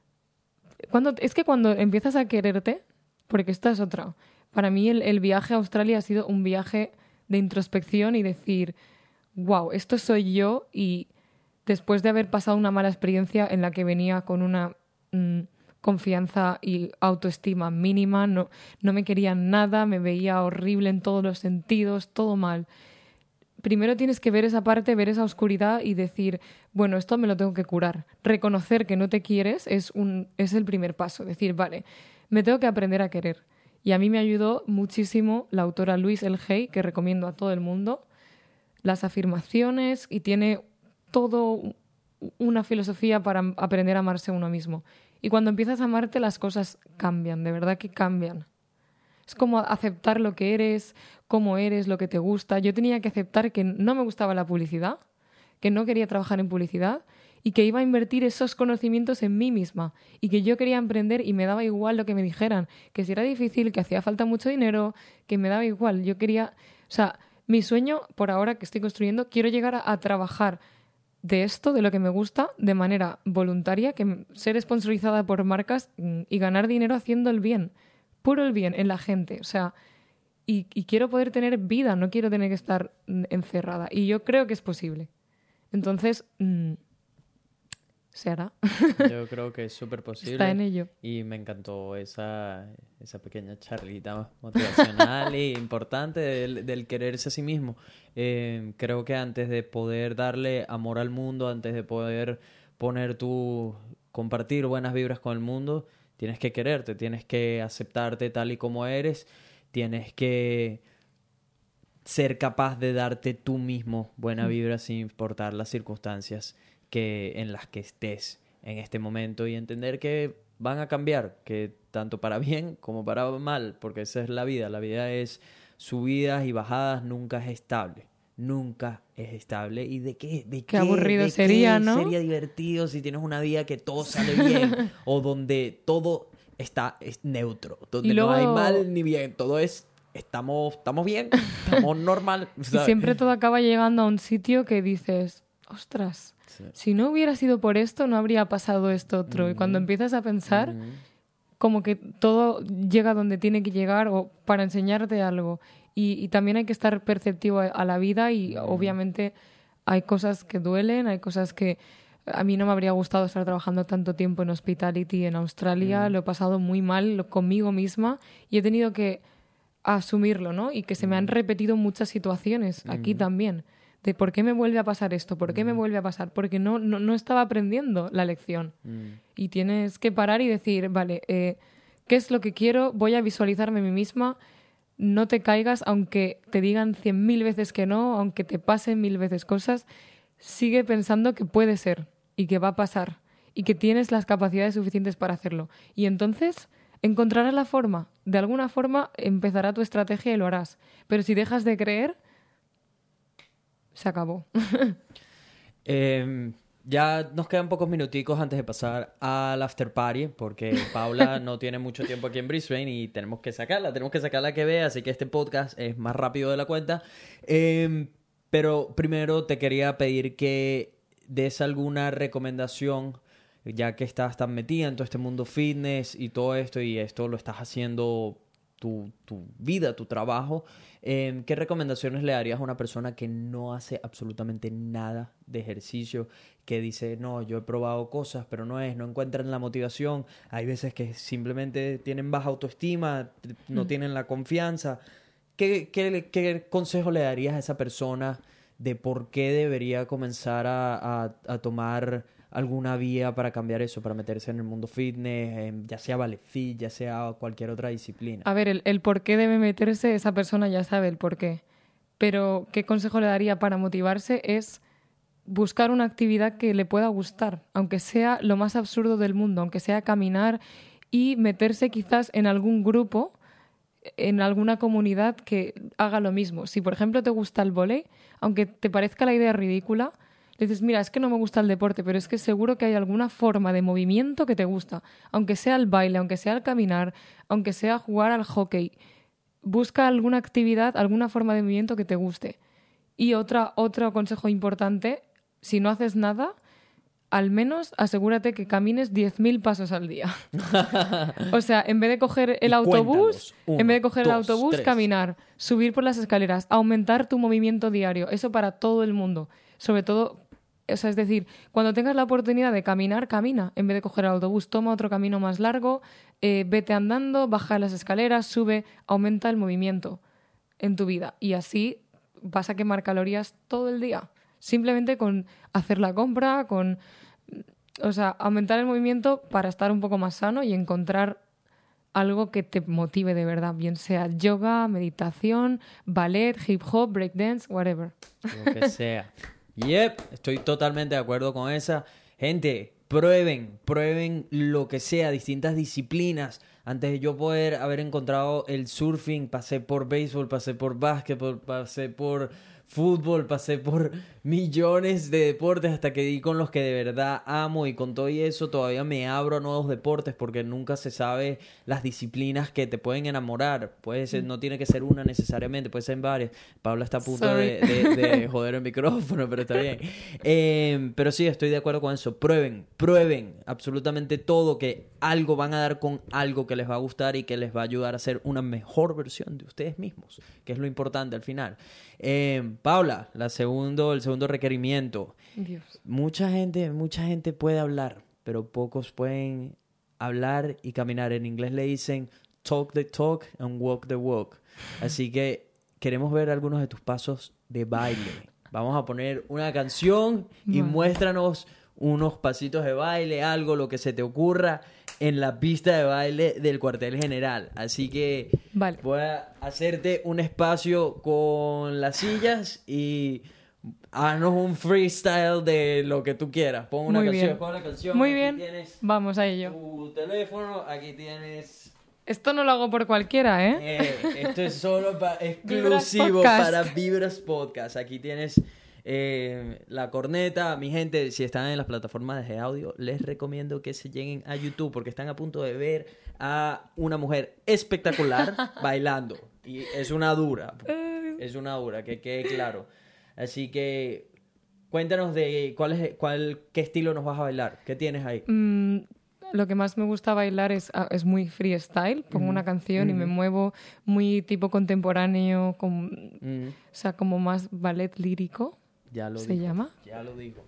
Cuando, es que cuando empiezas a quererte, porque esta es otra, para mí el, el viaje a Australia ha sido un viaje de introspección y decir, wow, esto soy yo, y después de haber pasado una mala experiencia en la que venía con una mm, confianza y autoestima mínima, no, no me quería nada, me veía horrible en todos los sentidos, todo mal. Primero tienes que ver esa parte, ver esa oscuridad y decir, bueno, esto me lo tengo que curar. Reconocer que no te quieres es, un, es el primer paso. Decir, vale, me tengo que aprender a querer. Y a mí me ayudó muchísimo la autora Louise L. Hay, que recomiendo a todo el mundo, las afirmaciones, y tiene todo una filosofía para aprender a amarse a uno mismo. Y cuando empiezas a amarte, las cosas cambian, de verdad que cambian. Es como aceptar lo que eres, cómo eres, lo que te gusta. Yo tenía que aceptar que no me gustaba la publicidad, que no quería trabajar en publicidad y que iba a invertir esos conocimientos en mí misma y que yo quería emprender y me daba igual lo que me dijeran, que si era difícil, que hacía falta mucho dinero, que me daba igual. Yo quería... O sea, mi sueño, por ahora que estoy construyendo, quiero llegar a, a trabajar de esto, de lo que me gusta, de manera voluntaria, que ser sponsorizada por marcas y ganar dinero haciendo el bien. Puro el bien en la gente, o sea, y, y quiero poder tener vida, no quiero tener que estar encerrada. Y yo creo que es posible. Entonces, mmm, se hará. Yo creo que es súper posible. Está en ello. Y me encantó esa, esa pequeña charlita motivacional e importante del, del quererse a sí mismo. Eh, creo que antes de poder darle amor al mundo, antes de poder poner tu, compartir buenas vibras con el mundo, tienes que quererte, tienes que aceptarte tal y como eres, tienes que ser capaz de darte tú mismo buena vibra sin importar las circunstancias que, en las que estés en este momento, y entender que van a cambiar, que tanto para bien como para mal, porque esa es la vida. La vida es subidas y bajadas, nunca es estable. Nunca es estable. ¿Y de qué? ¿De qué, qué aburrido de sería, qué ¿no? Sería divertido si tienes una vida que todo sale bien o donde todo está es neutro, donde luego... no hay mal ni bien, todo es estamos estamos bien, estamos normal. Y siempre todo acaba llegando a un sitio que dices, ostras, sí. Si no hubiera sido por esto no habría pasado esto otro. Mm-hmm. Y cuando empiezas a pensar, mm-hmm. como que todo llega donde tiene que llegar o para enseñarte algo. Y, y también hay que estar perceptivo a, a la vida y mm. obviamente hay cosas que duelen, hay cosas que... A mí no me habría gustado estar trabajando tanto tiempo en hospitality en Australia, mm. lo he pasado muy mal lo, conmigo misma y he tenido que asumirlo, ¿no? Y que se mm. me han repetido muchas situaciones aquí mm. también, de por qué me vuelve a pasar esto, por qué mm. me vuelve a pasar, porque no, no, no estaba aprendiendo la lección. Mm. Y tienes que parar y decir, vale, eh, ¿qué es lo que quiero? Voy a visualizarme a mí misma. No te caigas, aunque te digan cien mil veces que no, aunque te pasen mil veces cosas, sigue pensando que puede ser y que va a pasar y que tienes las capacidades suficientes para hacerlo. Y entonces encontrarás la forma. De alguna forma empezará tu estrategia y lo harás. Pero si dejas de creer, se acabó. eh... Ya nos quedan pocos minuticos antes de pasar al after party, porque Paula no tiene mucho tiempo aquí en Brisbane y tenemos que sacarla, tenemos que sacarla que vea, así que este podcast es más rápido de la cuenta. Eh, pero primero te quería pedir que des alguna recomendación ya que estás tan metida en todo este mundo fitness y todo esto, y esto lo estás haciendo tu, tu vida, tu trabajo, eh, ¿qué recomendaciones le darías a una persona que no hace absolutamente nada de ejercicio, que dice, no, yo he probado cosas, pero no es, no encuentran la motivación? Hay veces que simplemente tienen baja autoestima, no Mm. tienen la confianza. ¿Qué, qué, qué consejo le darías a esa persona de por qué debería comenzar a, a, a tomar alguna vía para cambiar eso, para meterse en el mundo fitness, en- ya sea Ballet Fit, ya sea cualquier otra disciplina? A ver, el, el por qué debe meterse, esa persona ya sabe el por qué. Pero, ¿qué consejo le daría para motivarse? Es buscar una actividad que le pueda gustar, aunque sea lo más absurdo del mundo, aunque sea caminar y meterse quizás en algún grupo, en alguna comunidad que haga lo mismo. Si, por ejemplo, te gusta el vóley, aunque te parezca la idea ridícula, le dices, mira, es que no me gusta el deporte, pero es que seguro que hay alguna forma de movimiento que te gusta, aunque sea el baile, aunque sea el caminar, aunque sea jugar al hockey. Busca alguna actividad, alguna forma de movimiento que te guste. Y otra, otro consejo importante, si no haces nada, al menos asegúrate que camines diez mil pasos al día. O sea, en vez de coger el Y autobús, cuéntalos. Uno, en vez de coger el dos, autobús, tres. caminar, subir por las escaleras, aumentar tu movimiento diario. Eso para todo el mundo. Sobre todo, o sea, es decir, cuando tengas la oportunidad de caminar, camina. En vez de coger el autobús, toma otro camino más largo, eh, vete andando, baja las escaleras, sube, aumenta el movimiento en tu vida. Y así vas a quemar calorías todo el día. Simplemente con hacer la compra, con... O sea, aumentar el movimiento para estar un poco más sano y encontrar algo que te motive de verdad, bien sea yoga, meditación, ballet, hip hop, breakdance, whatever. Lo que sea. Yep, estoy totalmente de acuerdo con esa. Gente, prueben, prueben lo que sea, distintas disciplinas. Antes de yo poder haber encontrado el surfing, pasé por béisbol, pasé por básquetbol, pasé por fútbol, pasé por millones de deportes hasta que di con los que de verdad amo, y con todo y eso todavía me abro a nuevos deportes porque nunca se sabe las disciplinas que te pueden enamorar. Puede ser, no tiene que ser una necesariamente, puede ser en varias. Paula está a punto de, de, de joder el micrófono, pero está bien. Eh, pero sí, estoy de acuerdo con eso. Prueben, prueben absolutamente todo, que algo van a dar con algo que les va a gustar y que les va a ayudar a ser una mejor versión de ustedes mismos, que es lo importante al final. Eh, Paula, la segundo, el segundo requerimiento. Dios. Mucha gente, mucha gente puede hablar, pero pocos pueden hablar y caminar. En inglés le dicen talk the talk and walk the walk. Así que queremos ver algunos de tus pasos de baile. Vamos a poner una canción y Vale. muéstranos unos pasitos de baile, algo, lo que se te ocurra en la pista de baile del cuartel general. Así que Vale. voy a hacerte un espacio con las sillas y haznos un freestyle de lo que tú quieras. Pon una Muy canción, bien. pon la canción. Muy Aquí bien. tienes Vamos a ello. tu teléfono, aquí tienes... Esto no lo hago por cualquiera, ¿eh? Eh, esto es solo pa- Vibras exclusivo Podcast. para Vibras Podcast. Aquí tienes eh, la corneta. Mi gente, si están en las plataformas de audio, les recomiendo que se lleguen a YouTube porque están a punto de ver a una mujer espectacular bailando. Y es una dura. Es una dura, que quede claro. Así que cuéntanos de cuál es, cuál, qué estilo nos vas a bailar. ¿Qué tienes ahí? Mm, lo que más me gusta bailar es, ah, es muy freestyle. Pongo una canción y me muevo muy tipo contemporáneo, con, Mm, o sea, como más ballet lírico. ya lo ¿Se digo. llama? Ya lo digo.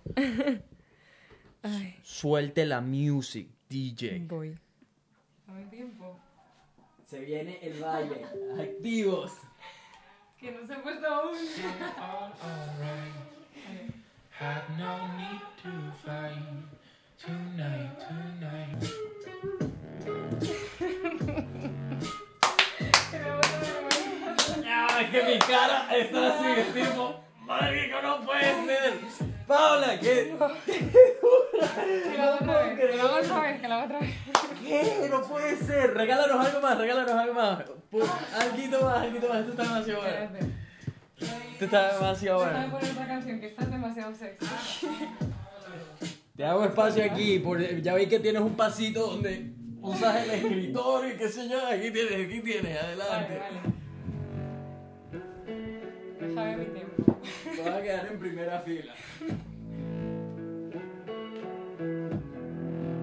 Ay, Suelte la music, D J. voy. No hay tiempo. Se viene el baile. Activos. Que no se ha puesto aún. Had no need to fight tonight, tonight. Ah, es que mi cara está así, tipo, marico, no puede ser. Paula, ¿qué? Que lo hago otra vez, que lo hago otra vez, que lo hago otra vez. ¿Qué? No puede ser. Regálanos algo más, regálanos algo más. Pues, alguito más, alguito más. Esto está demasiado bueno. Espérate. Esto está demasiado Déjame bueno. poner otra canción, que estás demasiado sexy. Te hago espacio aquí. Por, ya vi que tienes un pasito donde usas el escritorio y qué sé yo. Aquí tienes, aquí tienes. Adelante. Vale, vale. Déjame mi tiempo. Te vas a quedar en primera fila.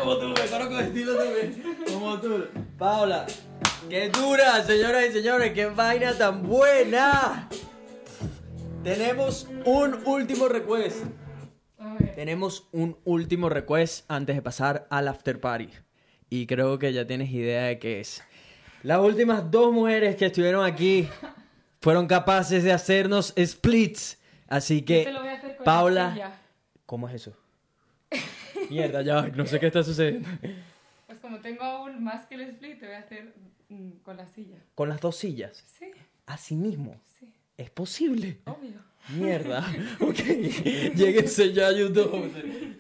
como tú, me conozco de estilo también. Como tú. Paula, qué dura, señoras y señores, qué vaina tan buena. Tenemos un último request. A ver. Tenemos un último request antes de pasar al after party. Y creo que ya tienes idea de qué es. Las últimas dos mujeres que estuvieron aquí fueron capaces de hacernos splits. Así Yo que, te lo voy a hacer con la Paula, silla. ¿cómo es eso? Mierda, ya, no sé qué está sucediendo. Pues como tengo aún más que el split, te voy a hacer mm, con la silla. Con las dos sillas. Sí, Así mismo. sí, ¿Es posible? obvio. Mierda. Ok. Lléguense ya a YouTube.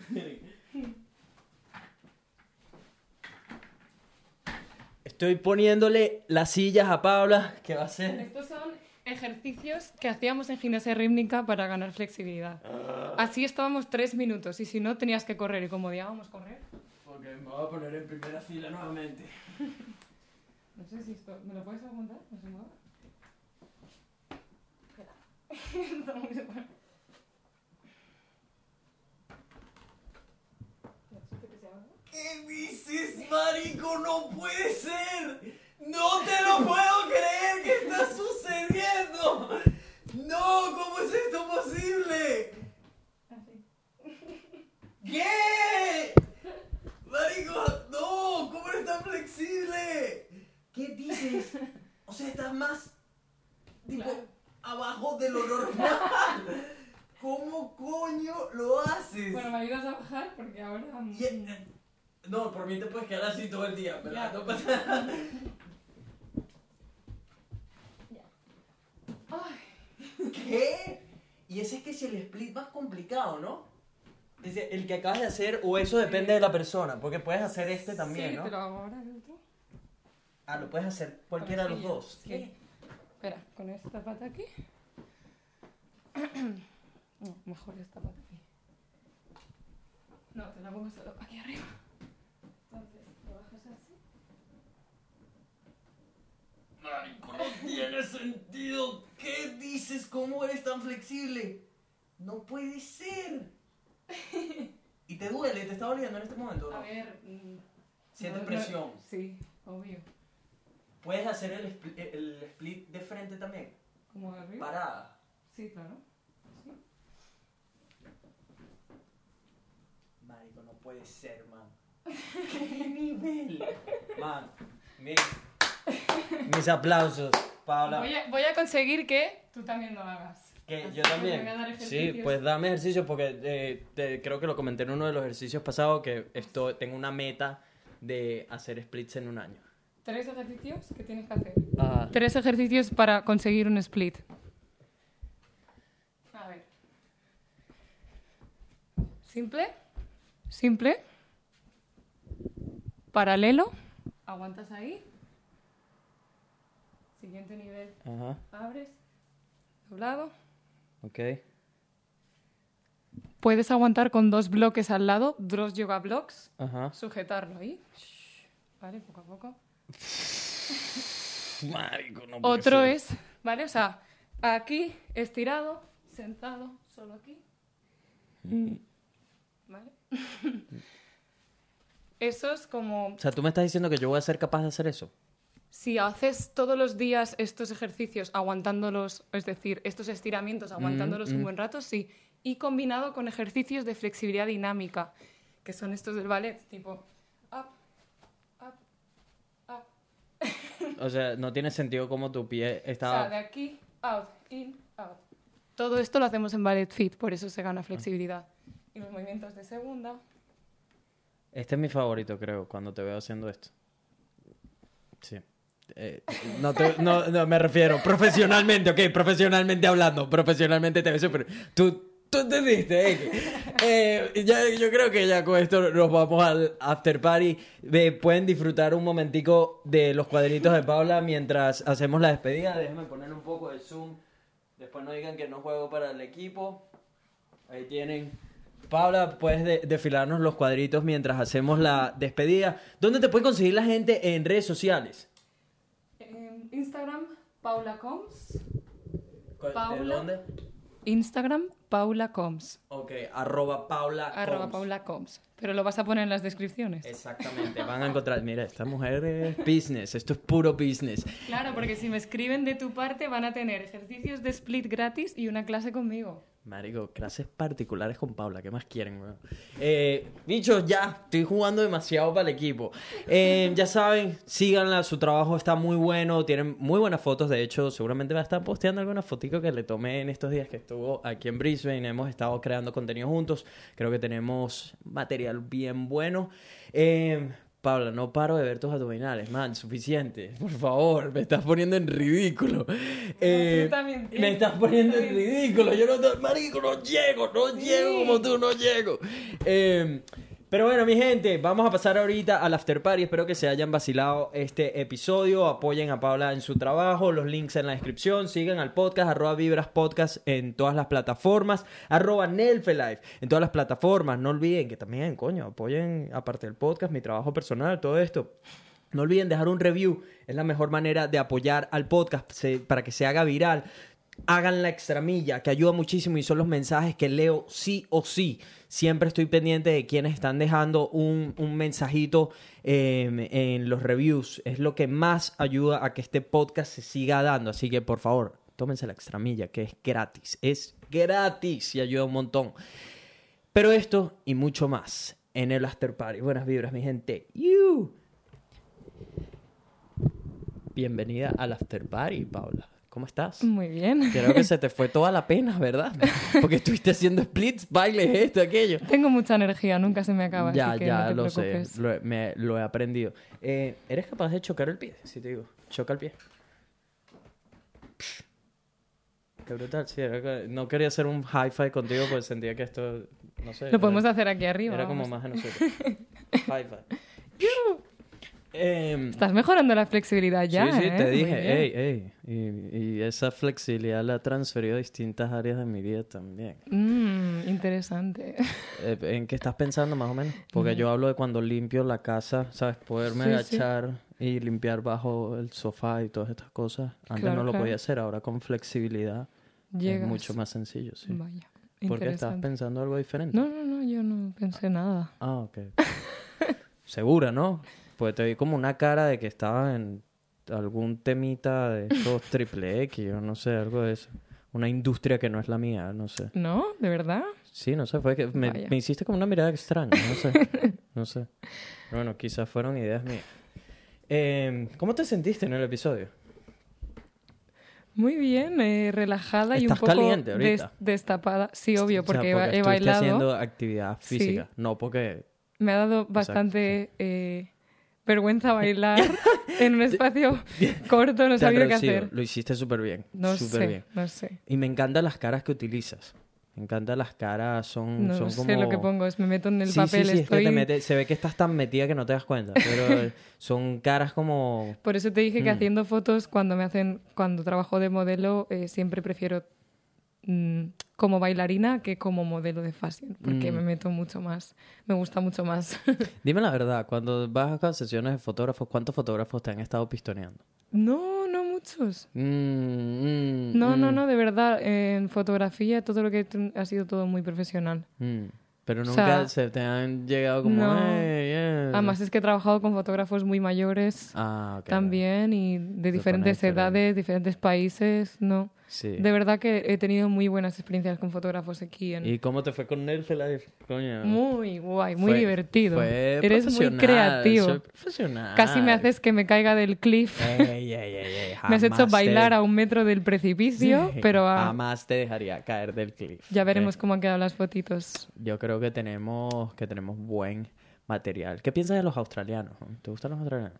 Estoy poniéndole las sillas a Paula. ¿Qué va a hacer? Estos son ejercicios que hacíamos en gimnasia rítmica para ganar flexibilidad. Así estábamos tres minutos y si no tenías que correr y como odiábamos correr. Ok, me voy a poner en primera fila nuevamente. No sé si esto... ¿Me lo puedes aguantar? No se mueva. Espera. Está muy bueno. ¿Qué dices, marico? ¡No puede ser! ¡No te lo puedo creer! ¿Qué está sucediendo? ¡No! ¿Cómo es esto posible? Así. ¿Qué? Marico, no, ¿cómo eres tan flexible? ¿Qué dices? O sea, estás más tipo Claro. abajo de lo normal. ¿Cómo coño lo haces? Bueno, ¿me ayudas a bajar? Porque ahora... mm, Y- eh, no, por mí te puedes quedar así todo el día, ¿verdad? Ya. No pasa nada. Ay, ¿Qué? Y ese es que es el split más complicado, ¿no? Es decir, el que acabas de hacer, o eso depende de la persona, porque puedes hacer este también, sí, ¿no? te lo hago ahora el otro. Ah, lo puedes hacer cualquiera de los Con la dos. silla, sí. Espera, con esta pata aquí. No, mejor esta pata aquí. No, te la pongo solo aquí arriba. Entonces, lo bajas así. Marico, no tiene sentido. ¿Qué dices? ¿Cómo eres tan flexible? No puede ser. ¿Y te duele? ¿Te está doliendo en este momento? o no? A ver... mm, ¿Sientes no- presión? no- sí, obvio. ¿Puedes hacer el, split, el split de frente también? ¿Como de arriba? Parada. Sí, claro. Sí. Marico, no puede ser, man. ¿Qué nivel? Man, mi- mis aplausos, Paula. Voy a, voy a conseguir que tú también lo hagas. Que Así yo que también. te voy a dar Sí, ejercicios. pues dame ejercicio porque eh, te- creo que lo comenté en uno de los ejercicios pasados que esto, tengo una meta de hacer splits en un año. Tres ejercicios que tienes que hacer. Ah, Tres ejercicios para conseguir un split. A ver. Simple. Simple. Paralelo. Aguantas ahí. Siguiente nivel. ajá, Abres. Doblado. ok. Puedes aguantar con dos bloques al lado. Dos yoga blocks. Ajá. Sujetarlo ahí. Vale, poco a poco. Marico, no puede Otro ser. es, ¿vale? O sea, aquí, estirado, sentado, solo aquí. ¿Vale? Eso es como, O sea, tú me estás diciendo que yo voy a ser capaz de hacer eso. si haces todos los días estos ejercicios aguantándolos, es decir, estos estiramientos aguantándolos Mm, un mm. buen rato, sí. Y combinado con ejercicios de flexibilidad dinámica, que son estos del ballet, tipo up, up, up. O sea, no tiene sentido cómo tu pie O sea, de estaba... aquí, out, in, out. Todo esto lo hacemos en Ballet Fit, por eso se gana flexibilidad. Y los movimientos de segunda. Este es mi favorito, creo, cuando te veo haciendo esto. Sí. Eh, no, te- no, no, me refiero profesionalmente, ok, profesionalmente hablando, profesionalmente te veo súper... Tú, tú entendiste, eh. Eh, ya, yo creo que ya con esto nos vamos al after party. Eh, pueden disfrutar un momentico de los cuadritos de Paula mientras hacemos la despedida. Déjenme poner un poco de zoom. Después no digan que no juego para el equipo. Ahí tienen. Paula, puedes de- desfilarnos los cuadritos mientras hacemos la despedida. ¿Dónde te puede conseguir la gente en redes sociales? En Instagram, Paula Combs. ¿De Paula. dónde? Instagram, Paula Combs. Ok, arroba Paula Arroba Combs. Paula Combs. Pero lo vas a poner en las descripciones. Exactamente, van a encontrar... Mira, esta mujer es business, esto es puro business. Claro, porque si me escriben de tu parte van a tener ejercicios de split gratis y una clase conmigo. Marico, clases particulares con Paula, ¿qué más quieren, weón? Eh, bichos, ya, estoy jugando demasiado para el equipo. Eh, ya saben, síganla, su trabajo está muy bueno, tienen muy buenas fotos, de hecho, seguramente va a estar posteando alguna fotico que le tomé en estos días que estuvo aquí en Brisbane, hemos estado creando contenido juntos, creo que tenemos material bien bueno. Eh... Paula, no paro de ver tus abdominales, man, suficiente. Por favor, me estás poniendo en ridículo. Eh, tú también tienes. me estás poniendo en ridículo. Yo no, marico, no llego, no Sí. llego como tú, no llego. Eh, pero bueno, mi gente, vamos a pasar ahorita al after party. Espero que se hayan vacilado este episodio. Apoyen a Paula en su trabajo. Los links en la descripción. Sigan al podcast, arroba Vibras Podcast en todas las plataformas. Arroba Nelfelife en todas las plataformas. No olviden que también, coño, apoyen, aparte del podcast, mi trabajo personal, todo esto. No olviden dejar un review. Es la mejor manera de apoyar al podcast se- para que se haga viral. Hagan la extramilla, que ayuda muchísimo y son los mensajes que leo sí o sí. Siempre estoy pendiente de quienes están dejando un, un mensajito eh, en los reviews. Es lo que más ayuda a que este podcast se siga dando. Así que, por favor, tómense la extramilla, que es gratis. Es gratis y ayuda un montón. Pero esto y mucho más en el After Party. Buenas vibras, mi gente. ¡Yu! Bienvenida al After Party, Paula. ¿Cómo estás? Muy bien. Creo que se te fue toda la pena, ¿verdad? Porque estuviste haciendo splits, bailes, esto, aquello. Tengo mucha energía, nunca se me acaba, Ya, así que ya no te lo preocupes. sé, lo he, me- lo he aprendido. Eh, ¿Eres capaz de chocar el pie? Si te digo, choca el pie. Psh. Qué brutal, sí. Era que- no quería hacer un hi-fi contigo porque sentía que esto, no sé. Lo podemos era, hacer aquí arriba. Era como vamos. más de nosotros. Hi-fi. Em, Estás mejorando la flexibilidad ya, sí, sí, ¿eh? te Muy dije, bien. ey, ey. Y, y esa flexibilidad la he transferido a distintas áreas de mi vida también. Mm, interesante. Eh, ¿En qué estás pensando más o menos? Porque yo hablo de cuando limpio la casa, ¿sabes? Poderme Sí, sí. agachar y limpiar bajo el sofá y todas estas cosas. Antes Claro, no lo claro. podía hacer, ahora con flexibilidad Llegas. es mucho más sencillo, sí. Vaya, ¿Por qué estabas interesante. pensando algo diferente? No, no, no, yo no pensé nada. Ah, ok. Segura, ¿no? Pues te vi como una cara de que estabas en algún temita de estos triple X o no sé, algo de eso. Una industria que no es la mía, no sé. ¿No? ¿De verdad? Sí, no sé, fue que me, Vaya. me hiciste como una mirada extraña, no sé. No sé. Bueno, quizás fueron ideas mías. Eh, ¿Cómo te sentiste en el episodio? Muy bien, eh, relajada y un Estás poco caliente ahorita. des- destapada. Sí, obvio, O sea, porque, he ba- he, estuviste bailado. haciendo actividad Sí. física, no porque... Me ha dado bastante eh, vergüenza bailar en un espacio corto, no te sabía qué recibo. hacer. Lo hiciste súper bien, No súper sé, bien. no sé. Y me encantan las caras que utilizas. Me encantan las caras, son, No son sé como... lo que pongo, es me meto en el sí, papel, sí, sí, estoy... es que te mete- se ve que estás tan metida que no te das cuenta, pero son caras como... Por eso te dije que Mm. haciendo fotos, cuando me hacen, cuando trabajo de modelo, eh, siempre prefiero mm, como bailarina que como modelo de fashion, porque Mm. me meto mucho más, me gusta mucho más. Dime la verdad, cuando vas a sesiones de fotógrafos, ¿cuántos fotógrafos te han estado pistoneando? No, no muchos. Mm, mm, No, no, mm, no, de verdad, en fotografía todo lo que he ten- ha sido todo muy profesional. mm. Pero O nunca sea, se te han llegado como... no. "Hey, yeah". Además es que he trabajado con fotógrafos muy mayores Ah, ok. también y de pone diferentes diferente. edades, diferentes países, no. Sí. De verdad que he tenido muy buenas experiencias con fotógrafos aquí en... ¿Y cómo te fue con Nelfelife? Coño. Muy guay, muy Fue- divertido. fue Eres muy profesional, creativo. soy profesional. Casi me haces que me caiga del cliff. Ey, ey, ey, ey, Me has hecho jamás bailar te- a un metro del precipicio, Sí, pero a- Jamás te dejaría caer del cliff. ya ¿ok? veremos cómo han quedado las fotitos. Yo creo que tenemos, que tenemos buen material. ¿Qué piensas de los australianos? ¿Te gustan los australianos?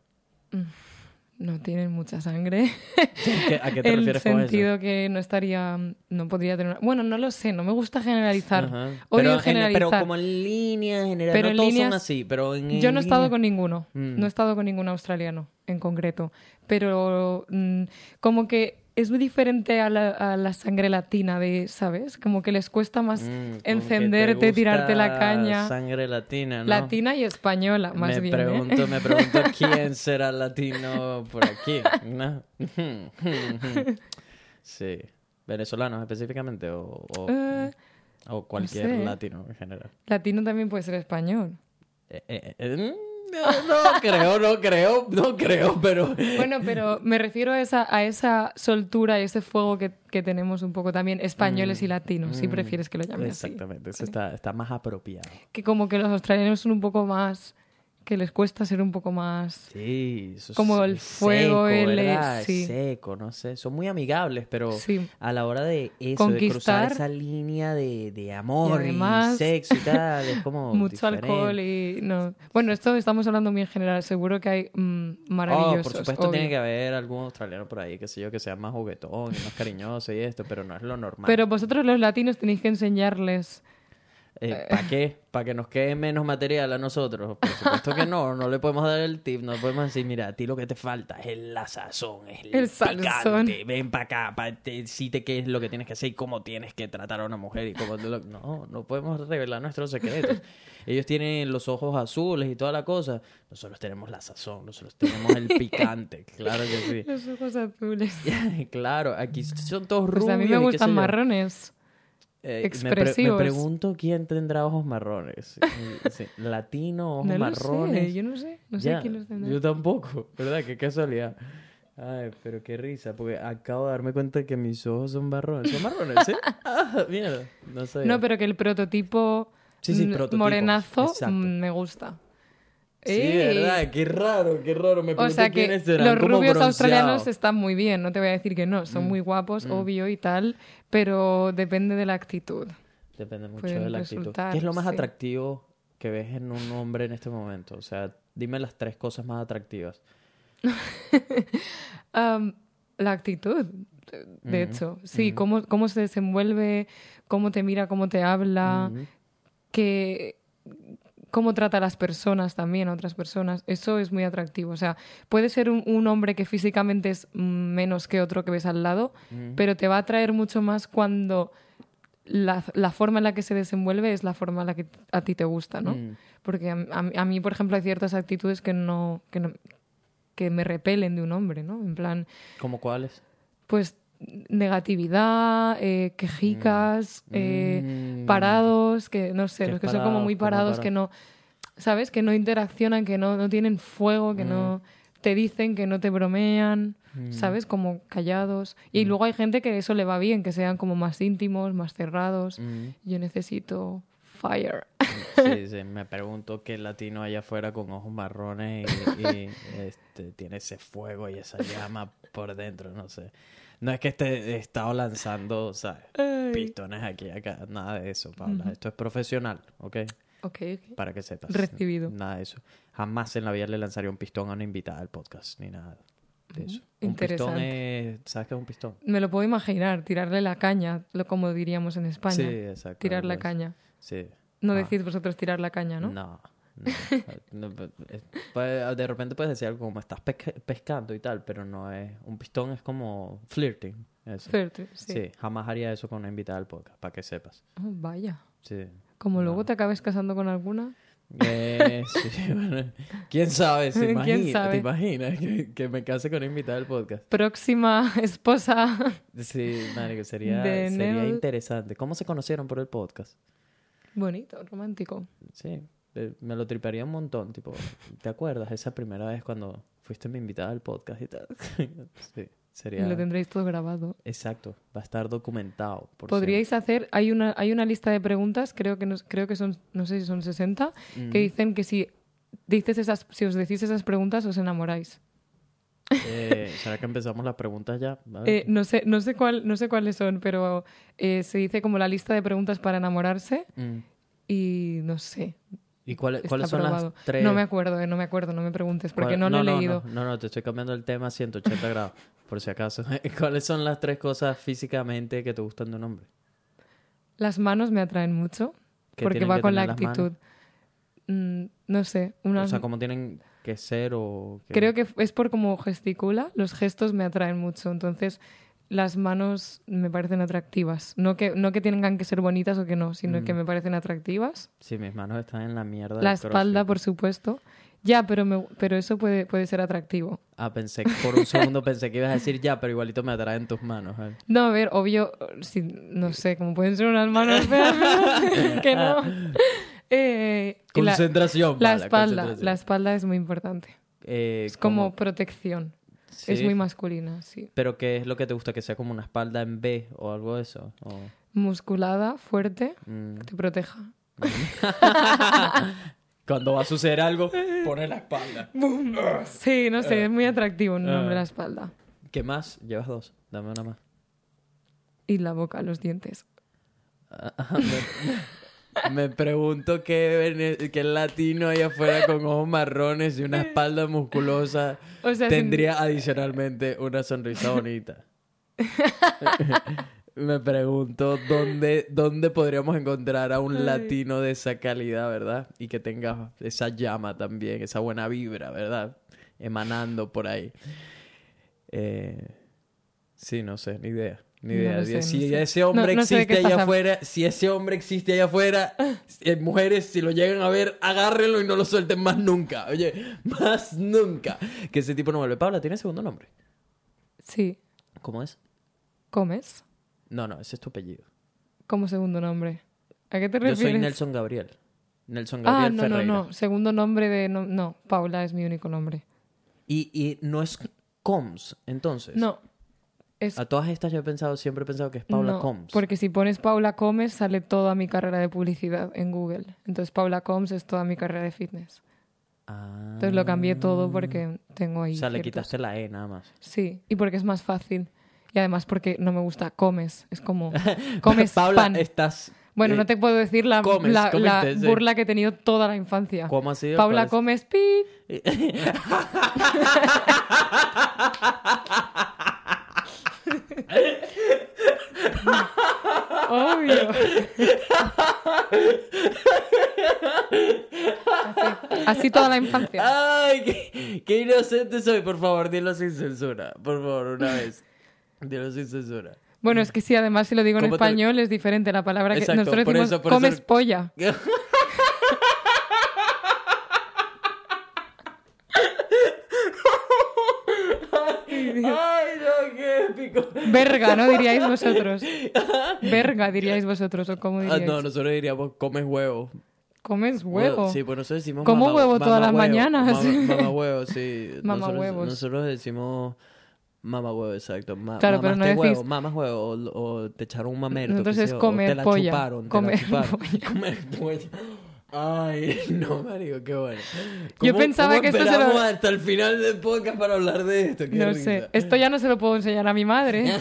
No tienen mucha sangre. ¿Qué- ¿A qué te En el refieres con eso? sentido que no estaría, no podría tener... Bueno, no lo sé, no me gusta generalizar. Ajá. Odio pero, en- generalizar. pero como en línea general, Pero no en todos son líneas- así, pero en Yo no he estado línea- con ninguno, Mm. no he estado con ningún australiano en concreto, pero mm, como que es muy diferente a la, a la sangre latina de, ¿sabes? Como que les cuesta más Mm, como que te encenderte, tirarte la gusta caña. Sangre latina, ¿no? Latina y española, más me bien. ¿eh? pregunto, me pregunto quién será latino por aquí, ¿no? Sí. ¿Venezolanos específicamente o...? o- Eh, O cualquier sé. latino en general. Latino también puede ser español. Eh, eh, eh, no, no creo, no creo, no creo, pero... Bueno, pero me refiero a esa, a esa soltura y ese fuego que, que tenemos un poco también españoles Mm, y latinos, si mm, prefieres que lo llame así. Exactamente, eso está, está más apropiado. Que como que los australianos son un poco más... que les cuesta ser un poco más... Sí, eso Como es- el es fuego, seco, el- ¿verdad? Es sí. seco, no sé. Son muy amigables, pero Sí. a la hora de eso, de cruzar Conquistar. esa línea de, de amor Y y, además, sexo y tal, es como Mucho diferente. alcohol y... no. Bueno, esto estamos hablando muy en general. Seguro que hay mm, Oh, maravillosos. por supuesto obvio. tiene que haber algún australiano por ahí, qué sé yo, que sea más juguetón y más cariñoso y esto, pero no es lo normal. Pero vosotros los latinos tenéis que enseñarles... ¿Para qué? ¿Para que nos quede menos material a nosotros? Por supuesto que no, no le podemos dar el tip, no podemos decir, mira, a ti lo que te falta es la sazón, es el, El sazón. picante, ven para acá, para decirte qué es lo que tienes que hacer y cómo tienes que tratar a una mujer y cómo... lo- No, no podemos revelar nuestros secretos. Ellos tienen los ojos azules y toda la cosa, nosotros tenemos la sazón, nosotros tenemos el picante, claro que Los ojos azules. sí. Claro, aquí son todos rubios. Pues a mí me y qué gustan sé yo. marrones. Eh, me, pre- expresivos. me pregunto quién tendrá ojos marrones. Eh, sí, Latino, ojos No lo marrones. sé, yo no sé. No sé Ya, quién los tendrá. yo tampoco, ¿verdad? Qué casualidad. Ay, pero qué risa, porque acabo de darme cuenta que mis ojos son marrones. ¿Son marrones, sí? Ah, mierda, no sé. No, pero que el prototipo, Sí, sí, mm, prototipo, morenazo exacto. mm, me gusta. Sí, ¡Ey! verdad, qué raro, qué raro. Me O pregunto sea que quiénes serán, los como rubios bronceados. australianos están muy bien, no te voy a decir que no, son Mm, muy guapos, mm. obvio y tal, pero depende de la actitud. Depende mucho pueden de la actitud. resultar, ¿Qué es lo más sí. atractivo que ves en un hombre en este momento? O sea, dime las tres cosas más atractivas. Am, la actitud, de- de Ujú, hecho, sí, ujú. cómo, cómo se desenvuelve, cómo te mira, cómo te habla, Ujú. que cómo trata a las personas también, a otras personas, eso es muy atractivo. O sea, puede ser un, un hombre que físicamente es mm, menos que otro que ves al lado, Ujú. pero te va a atraer mucho más cuando la, la forma en la que se desenvuelve es la forma en la que a ti te gusta, ¿no? Mm. Porque a, a- a mí, por ejemplo, hay ciertas actitudes que no, que no que me repelen de un hombre, ¿no? En plan, ¿Cómo cuáles? pues negatividad, eh, quejicas, eh, Mm. parados, que no sé, ¿Qué los que es son como parados? muy ¿Cómo parados, parados? que no, ¿sabes? Que no interaccionan, que no, no tienen fuego, que Mm. no te dicen, que no te bromean, Mm. ¿sabes? Como callados. Y luego hay gente que eso le va bien, que sean como más íntimos, más cerrados. Mm. Yo necesito fire. Sí, sí, me pregunto qué latino allá afuera con ojos marrones y, y, este, tiene ese fuego y esa llama por dentro, no sé. No es que esté he estado lanzando, ¿sabes? Ay. Pistones aquí y acá, nada de eso, Paula. Ujú. Esto es profesional, ¿ok? Ok, ok. Para que sepas. Recibido. Nada de eso. Jamás en la vida le lanzaría un pistón a una invitada al podcast, ni nada de eso. Un pistón Interesante. es... ¿Sabes qué es un pistón? Me lo puedo imaginar, tirarle la caña, lo como diríamos en España. Sí, exacto. Tirar algo la así. caña. Sí. No Ah. decís vosotros tirar la caña, ¿no? No. no. No, pe- es- puede- de repente puedes decir algo como estás pesca- pescando y tal, pero no es... Un pistón es como flirting. Eso. Fuerte, sí. Sí, jamás haría eso con una invitada al podcast, para que sepas. Oh, vaya. Sí. Como No. luego te acabes casando con alguna. Eh, sí, bueno, ¿quién sabe? ¿Se ¿Quién imagina, sabe? ¿Te imaginas que, que me case con una invitada al podcast? Próxima esposa. Sí, marico, sería, De sería Nel. interesante. ¿Cómo se conocieron por el podcast? Bonito, romántico. Sí, eh, me lo triparía un montón. Tipo, ¿te acuerdas esa primera vez cuando fuiste mi invitada al podcast y tal? Sí, sería... Y lo tendréis todo grabado. Exacto, va a estar documentado. Por Podríais hacer, hay una, hay una lista de preguntas, creo que, nos, creo que son, no sé si son sesenta, siempre. que Mm. dicen que si, dices esas, si os decís esas preguntas os enamoráis. Eh, ¿Será que empezamos las preguntas ya? A ver. Eh, no, sé, no, sé cuál, no sé cuáles son, pero eh, se dice como la lista de preguntas para enamorarse Mm. y no sé. ¿Y cuáles, Está cuáles son probado. las tres? No me acuerdo, eh, no me acuerdo, no me preguntes, porque ¿Cuál- no lo he no, leído. No, no, no, te estoy cambiando el tema a ciento ochenta grados, por si acaso. ¿Cuáles son las tres cosas físicamente que te gustan de un hombre? Las manos me atraen mucho, ¿Qué porque tienen va que con la tener las manos? actitud. Mm, no sé, unas... O sea, ¿cómo tienen que ser o...? qué? Creo que es por cómo gesticula, los gestos me atraen mucho, entonces las manos me parecen atractivas. No que, no que tengan que ser bonitas o que no, sino Mm. que me parecen atractivas. Sí, mis manos están en la mierda. La del espalda, CrossFit. por supuesto. Ya, pero, me, pero eso puede, puede ser atractivo. Ah, pensé, por un segundo pensé que ibas a decir ya, pero igualito me atraen tus manos. ¿eh? No, a ver, obvio, sí, no sé, como pueden ser unas manos feas, que no. Eh, y la- Concentración. La, va, la espalda, concentración. la espalda es muy importante. Eh, Es como ¿cómo? protección. Sí. Es muy masculina, sí. ¿Pero qué es lo que te gusta? ¿Que sea como una espalda en B o algo de eso? O... Musculada, fuerte, Mm. que te proteja. Cuando va a suceder algo, pone la espalda. Sí, no sé, es muy atractivo un nombre Ah. la espalda. ¿Qué más? Llevas dos. Dame una más. Y la boca, los dientes. Ah, me, me pregunto qué, vene- qué latino allá afuera con ojos marrones y una espalda musculosa O sea, tendría adicionalmente una sonrisa bonita. Me pregunto dónde, dónde podríamos encontrar a un Ay. latino de esa calidad, ¿verdad? Y que tenga esa llama también, esa buena vibra, ¿verdad? Emanando por ahí. Eh, sí, no sé, ni idea. Ni No idea. lo sé, si no sé. ese hombre No- no sé de qué existe allá estás hab- afuera, si ese hombre existe allá afuera, eh, mujeres, si lo llegan a ver, agárrenlo y no lo suelten más nunca. Oye, más nunca. Que ese tipo no vuelve. Paula, ¿tiene segundo nombre? Sí. ¿Cómo es? ¿Comes? No, no, ese es tu apellido. Como segundo nombre. ¿A qué te Yo refieres? soy Nelson Gabriel. Nelson Ah, Gabriel no, no, Ferreira. no. Segundo nombre de... No, no, Paula es mi único nombre. Y, y no es Combs, entonces. No. Es... A todas estas yo he pensado, siempre he pensado que es Paula no, Combs. porque si pones Paula Comes sale toda mi carrera de publicidad en Google. Entonces Paula Comes es toda mi carrera de fitness. Ah. Entonces lo cambié todo porque tengo ahí O sea, le ciertos- quitaste la E nada más. Sí, y porque es más fácil. Y además porque no me gusta comes. Es como comes Paula, pan. estás... Bueno, eh, no te puedo decir la, comes, la, la comiste, sí. burla que he tenido toda la infancia. ¿Cómo ha sido? Paula ¿Cuál comes pi. es? Obvio. Así, así toda la infancia. ¡Ay! Qué, qué inocente soy! Por favor, dilo sin censura. Por favor, una vez. Dilo sin censura. Bueno, es que sí, además si lo digo en ¿Cómo te- español es diferente la palabra que Exacto, nosotros por decimos eso- por comes eso- polla. ¡Ay, no! ¡Qué épico! Verga, ¿no? Diríais vosotros. Verga, diríais vosotros. ¿O cómo Ah, diríais? no, nosotros diríamos comes huevo. ¿Comes huevo? Sí, pues nosotros decimos ¿Como mamá- huevo todas las mamá huevo, mañanas? Mamá, mamá huevo, sí. Mamá nosotros, huevos. Nosotros decimos mamá huevo, exacto. Ma Claro, pero no mamaste decís- huevo, mamá huevo, o, o te echaron un mamerto. Nosotros qué es sé yo, o comer te la polla. chuparon, te Comer la chuparon. polla. Comer polla. Ay, no, marico, qué bueno. Yo ¿Cómo- pensaba cómo que esto se lo- esperamos hasta el final del podcast para hablar de esto? Qué No risa. sé. Esto ya no se lo puedo enseñar a mi madre.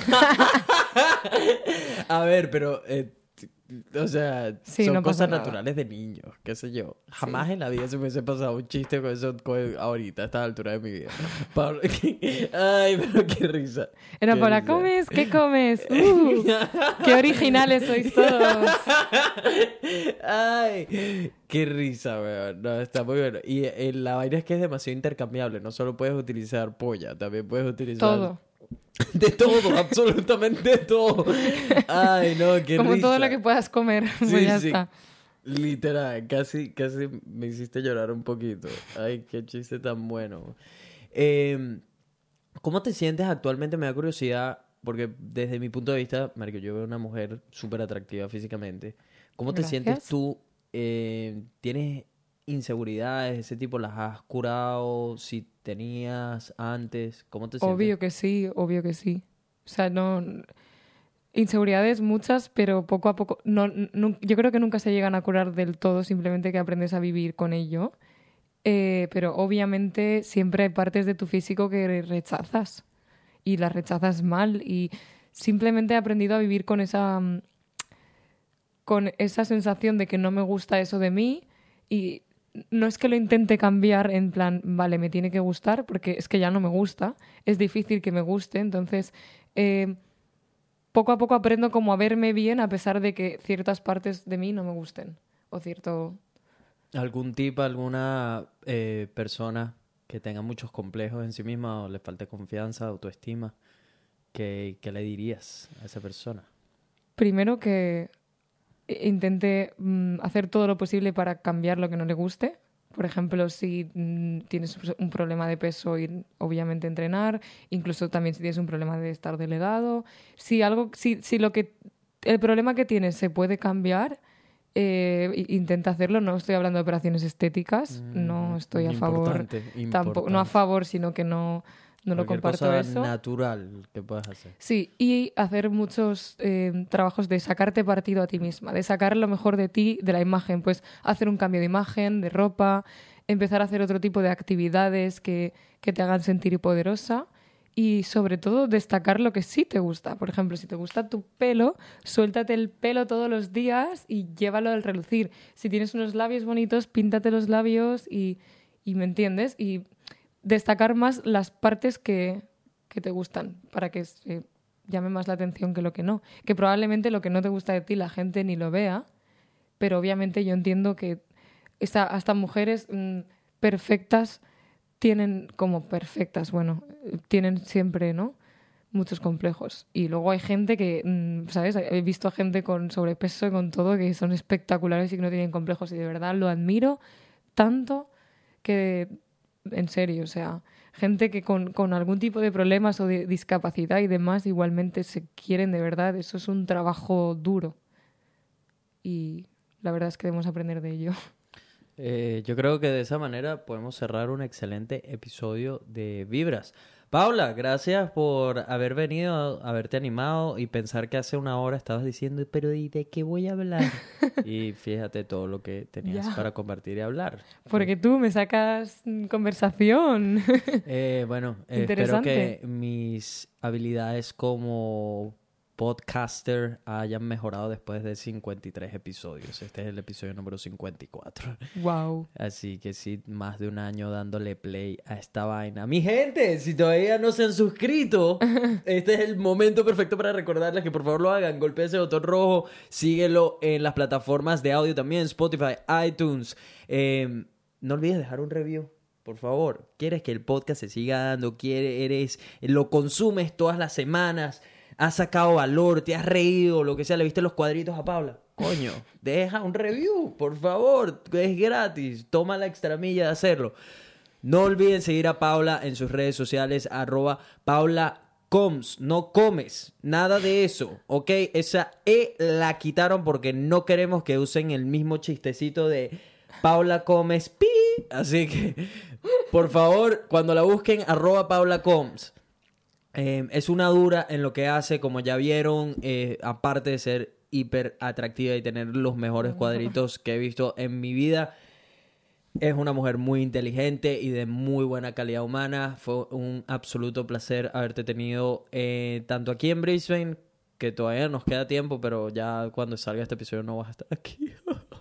A ver, pero... eh, t- o sea, Sí, son no pasa cosas nada. naturales de niños, qué sé yo. Jamás en la vida se me hubiese pasado un chiste con eso con- ahorita, a esta altura de mi vida. Pablo, ay, pero qué risa. Era Qué para risa. comes, ¿qué comes? Uh, ¡Qué originales sois todos! Ay, qué risa, weón. No, está muy bueno. Y eh, la vaina es que es demasiado intercambiable. No solo puedes utilizar polla, también puedes utilizar... Todo. De todo, absolutamente todo. Ay, no, qué Como risa. todo lo que puedas comer. Pues Sí, ya sí. está. Literal, casi, casi me hiciste llorar un poquito. Ay, qué chiste tan bueno. Eh, ¿Cómo te sientes actualmente? Me da curiosidad, porque desde mi punto de vista, marico, yo veo una mujer súper atractiva físicamente. ¿Cómo te sientes Gracias. tú? Eh, ¿Tienes inseguridades? ¿Ese tipo las has curado? Si tenías antes, ¿cómo te sientes? Obvio que sí, obvio que sí. O sea, no... Inseguridades muchas, pero poco a poco... No, nu- yo creo que nunca se llegan a curar del todo, simplemente que aprendes a vivir con ello. Eh, pero obviamente siempre hay partes de tu físico que rechazas. Y las rechazas mal. Y simplemente he aprendido a vivir con esa... mm, con esa sensación de que no me gusta eso de mí. Y no es que lo intente cambiar en plan, vale, me tiene que gustar, porque es que ya no me gusta. Es difícil que me guste, entonces... eh, poco a poco aprendo como a verme bien a pesar de que ciertas partes de mí no me gusten. O cierto... ¿Algún tipo, alguna eh, persona que tenga muchos complejos en sí misma o le falte confianza, autoestima, que, que le dirías a esa persona? Primero que intente mm, hacer todo lo posible para cambiar lo que no le guste. Por ejemplo, si mm, tienes un problema de peso, ir obviamente a entrenar, incluso también si tienes un problema de estar delgado. Si algo, si, si lo que el problema que tienes se puede cambiar, eh, i- intenta hacerlo. No estoy hablando de operaciones estéticas, no estoy a favor, Importante, tampoco, no a importante. favor, sino que no, no lo Cualquier comparto cosa eso. natural que puedas hacer. Sí, y hacer muchos eh, trabajos de sacarte partido a ti misma, de sacar lo mejor de ti, de la imagen, pues hacer un cambio de imagen, de ropa, empezar a hacer otro tipo de actividades que, que te hagan sentir poderosa y sobre todo destacar lo que sí te gusta. Por ejemplo, si te gusta tu pelo, suéltate el pelo todos los días y llévalo al relucir. Si tienes unos labios bonitos, píntate los labios y, y ¿me entiendes? Y destacar más las partes que, que te gustan para que se llame más la atención que lo que no. Que probablemente lo que no te gusta de ti la gente ni lo vea, pero obviamente yo entiendo que esta- hasta mujeres mm, perfectas tienen como perfectas, bueno, eh, tienen siempre, ¿no? Muchos complejos. Y luego hay gente que, mm, ¿sabes? He visto a gente con sobrepeso y con todo que son espectaculares y que no tienen complejos y de verdad lo admiro tanto que, en serio, o sea, gente que con, con algún tipo de problemas o de discapacidad y demás igualmente se quieren de verdad, eso es un trabajo duro. Y la verdad es que debemos aprender de ello. Eh, yo creo que de esa manera podemos cerrar un excelente episodio de Vibras. Paula, gracias por haber venido, haberte animado y pensar que hace una hora estabas diciendo, pero ¿y de qué voy a hablar? Y fíjate todo lo que tenías Ya. para compartir y hablar. Porque tú me sacas mm, conversación. Eh, bueno, eh, espero Interesante. que mis habilidades como podcaster hayan mejorado después de cincuenta y tres episodios. Este es el episodio número cincuenta y cuatro. Wow. Así que sí, más de un año dándole play a esta vaina. Mi gente, si todavía no se han suscrito, este es el momento perfecto para recordarles que por favor lo hagan. Golpea ese botón rojo, síguelo en las plataformas de audio también, Spotify, iTunes. Eh, no olvides dejar un review. Por favor, ¿quieres que el podcast se siga dando? ¿Quieres, lo consumes todas las semanas? ¿Has sacado valor? ¿Te has reído? Lo que sea, ¿le viste los cuadritos a Paula? Coño, deja un review, por favor, es gratis. Toma la extramilla de hacerlo. No olviden seguir a Paula en sus redes sociales, arroba Paula Coms, no comes, nada de eso, ¿ok? Esa E la quitaron porque no queremos que usen el mismo chistecito de Paula Comes, pi. Así que, por favor, cuando la busquen, arroba Paula Coms. Eh, es una dura en lo que hace, como ya vieron, eh, aparte de ser hiper atractiva y tener los mejores cuadritos que he visto en mi vida. Es una mujer muy inteligente y de muy buena calidad humana. Fue un absoluto placer haberte tenido eh, tanto aquí en Brisbane, que todavía nos queda tiempo, pero ya cuando salga este episodio no vas a estar aquí.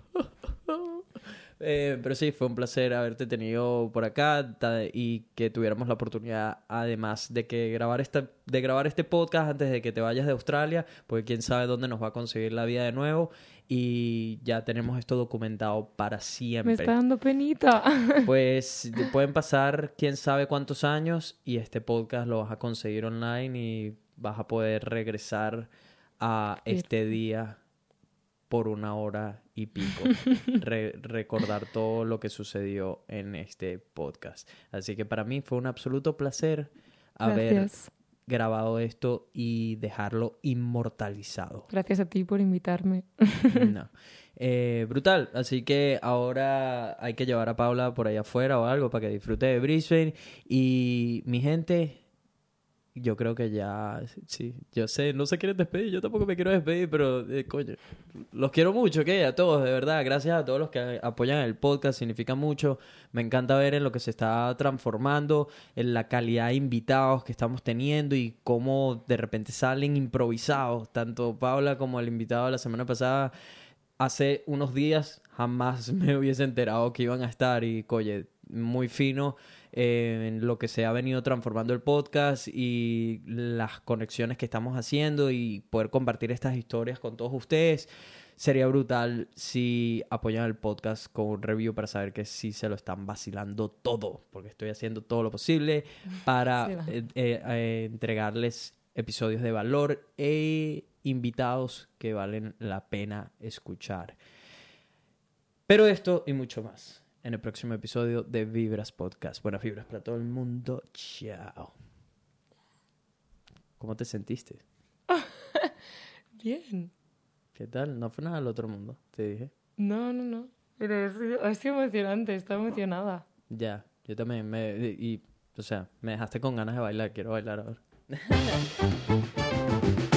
Eh, pero sí, fue un placer haberte tenido por acá ta- y que tuviéramos la oportunidad, además de que grabar esta, de grabar este podcast antes de que te vayas de Australia, porque quién sabe dónde nos va a conseguir la vida de nuevo y ya tenemos esto documentado para Me siempre. está dando penita. Pues te pueden pasar quién sabe cuántos años y este podcast lo vas a conseguir online y vas a poder regresar a este día por una hora y pico. Re- recordar todo lo que sucedió en este podcast. Así que para mí fue un absoluto placer haber Gracias. grabado esto y dejarlo inmortalizado. Gracias a ti por invitarme. No. Eh, brutal. Así que ahora hay que llevar a Paula por ahí afuera o algo para que disfrute de Brisbane. Y mi gente, yo creo que ya, sí, yo sé, no se quieren despedir, yo tampoco me quiero despedir, pero eh, coño, los quiero mucho, ¿ok? A todos, de verdad, gracias a todos los que apoyan el podcast, significa mucho, me encanta ver en lo que se está transformando, en la calidad de invitados que estamos teniendo y cómo de repente salen improvisados, tanto Paula como el invitado de la semana pasada, hace unos días jamás me hubiese enterado que iban a estar y, oye, muy fino eh, en lo que se ha venido transformando el podcast y las conexiones que estamos haciendo y poder compartir estas historias con todos ustedes. Sería brutal si apoyan el podcast con un review para saber que sí se lo están vacilando todo, porque estoy haciendo todo lo posible para Sí, va. eh, eh, eh, entregarles episodios de valor e invitados que valen la pena escuchar. Pero esto y mucho más en el próximo episodio de Vibras Podcast. Buenas vibras para todo el mundo. Chao. ¿Cómo te sentiste? Bien. ¿Qué tal? No fue nada del otro mundo, te dije. No, no, no. Pero ha sido, ha sido emocionante, estoy emocionada. Ya, yo también. Me, y, o sea, me dejaste con ganas de bailar. Quiero bailar ahora.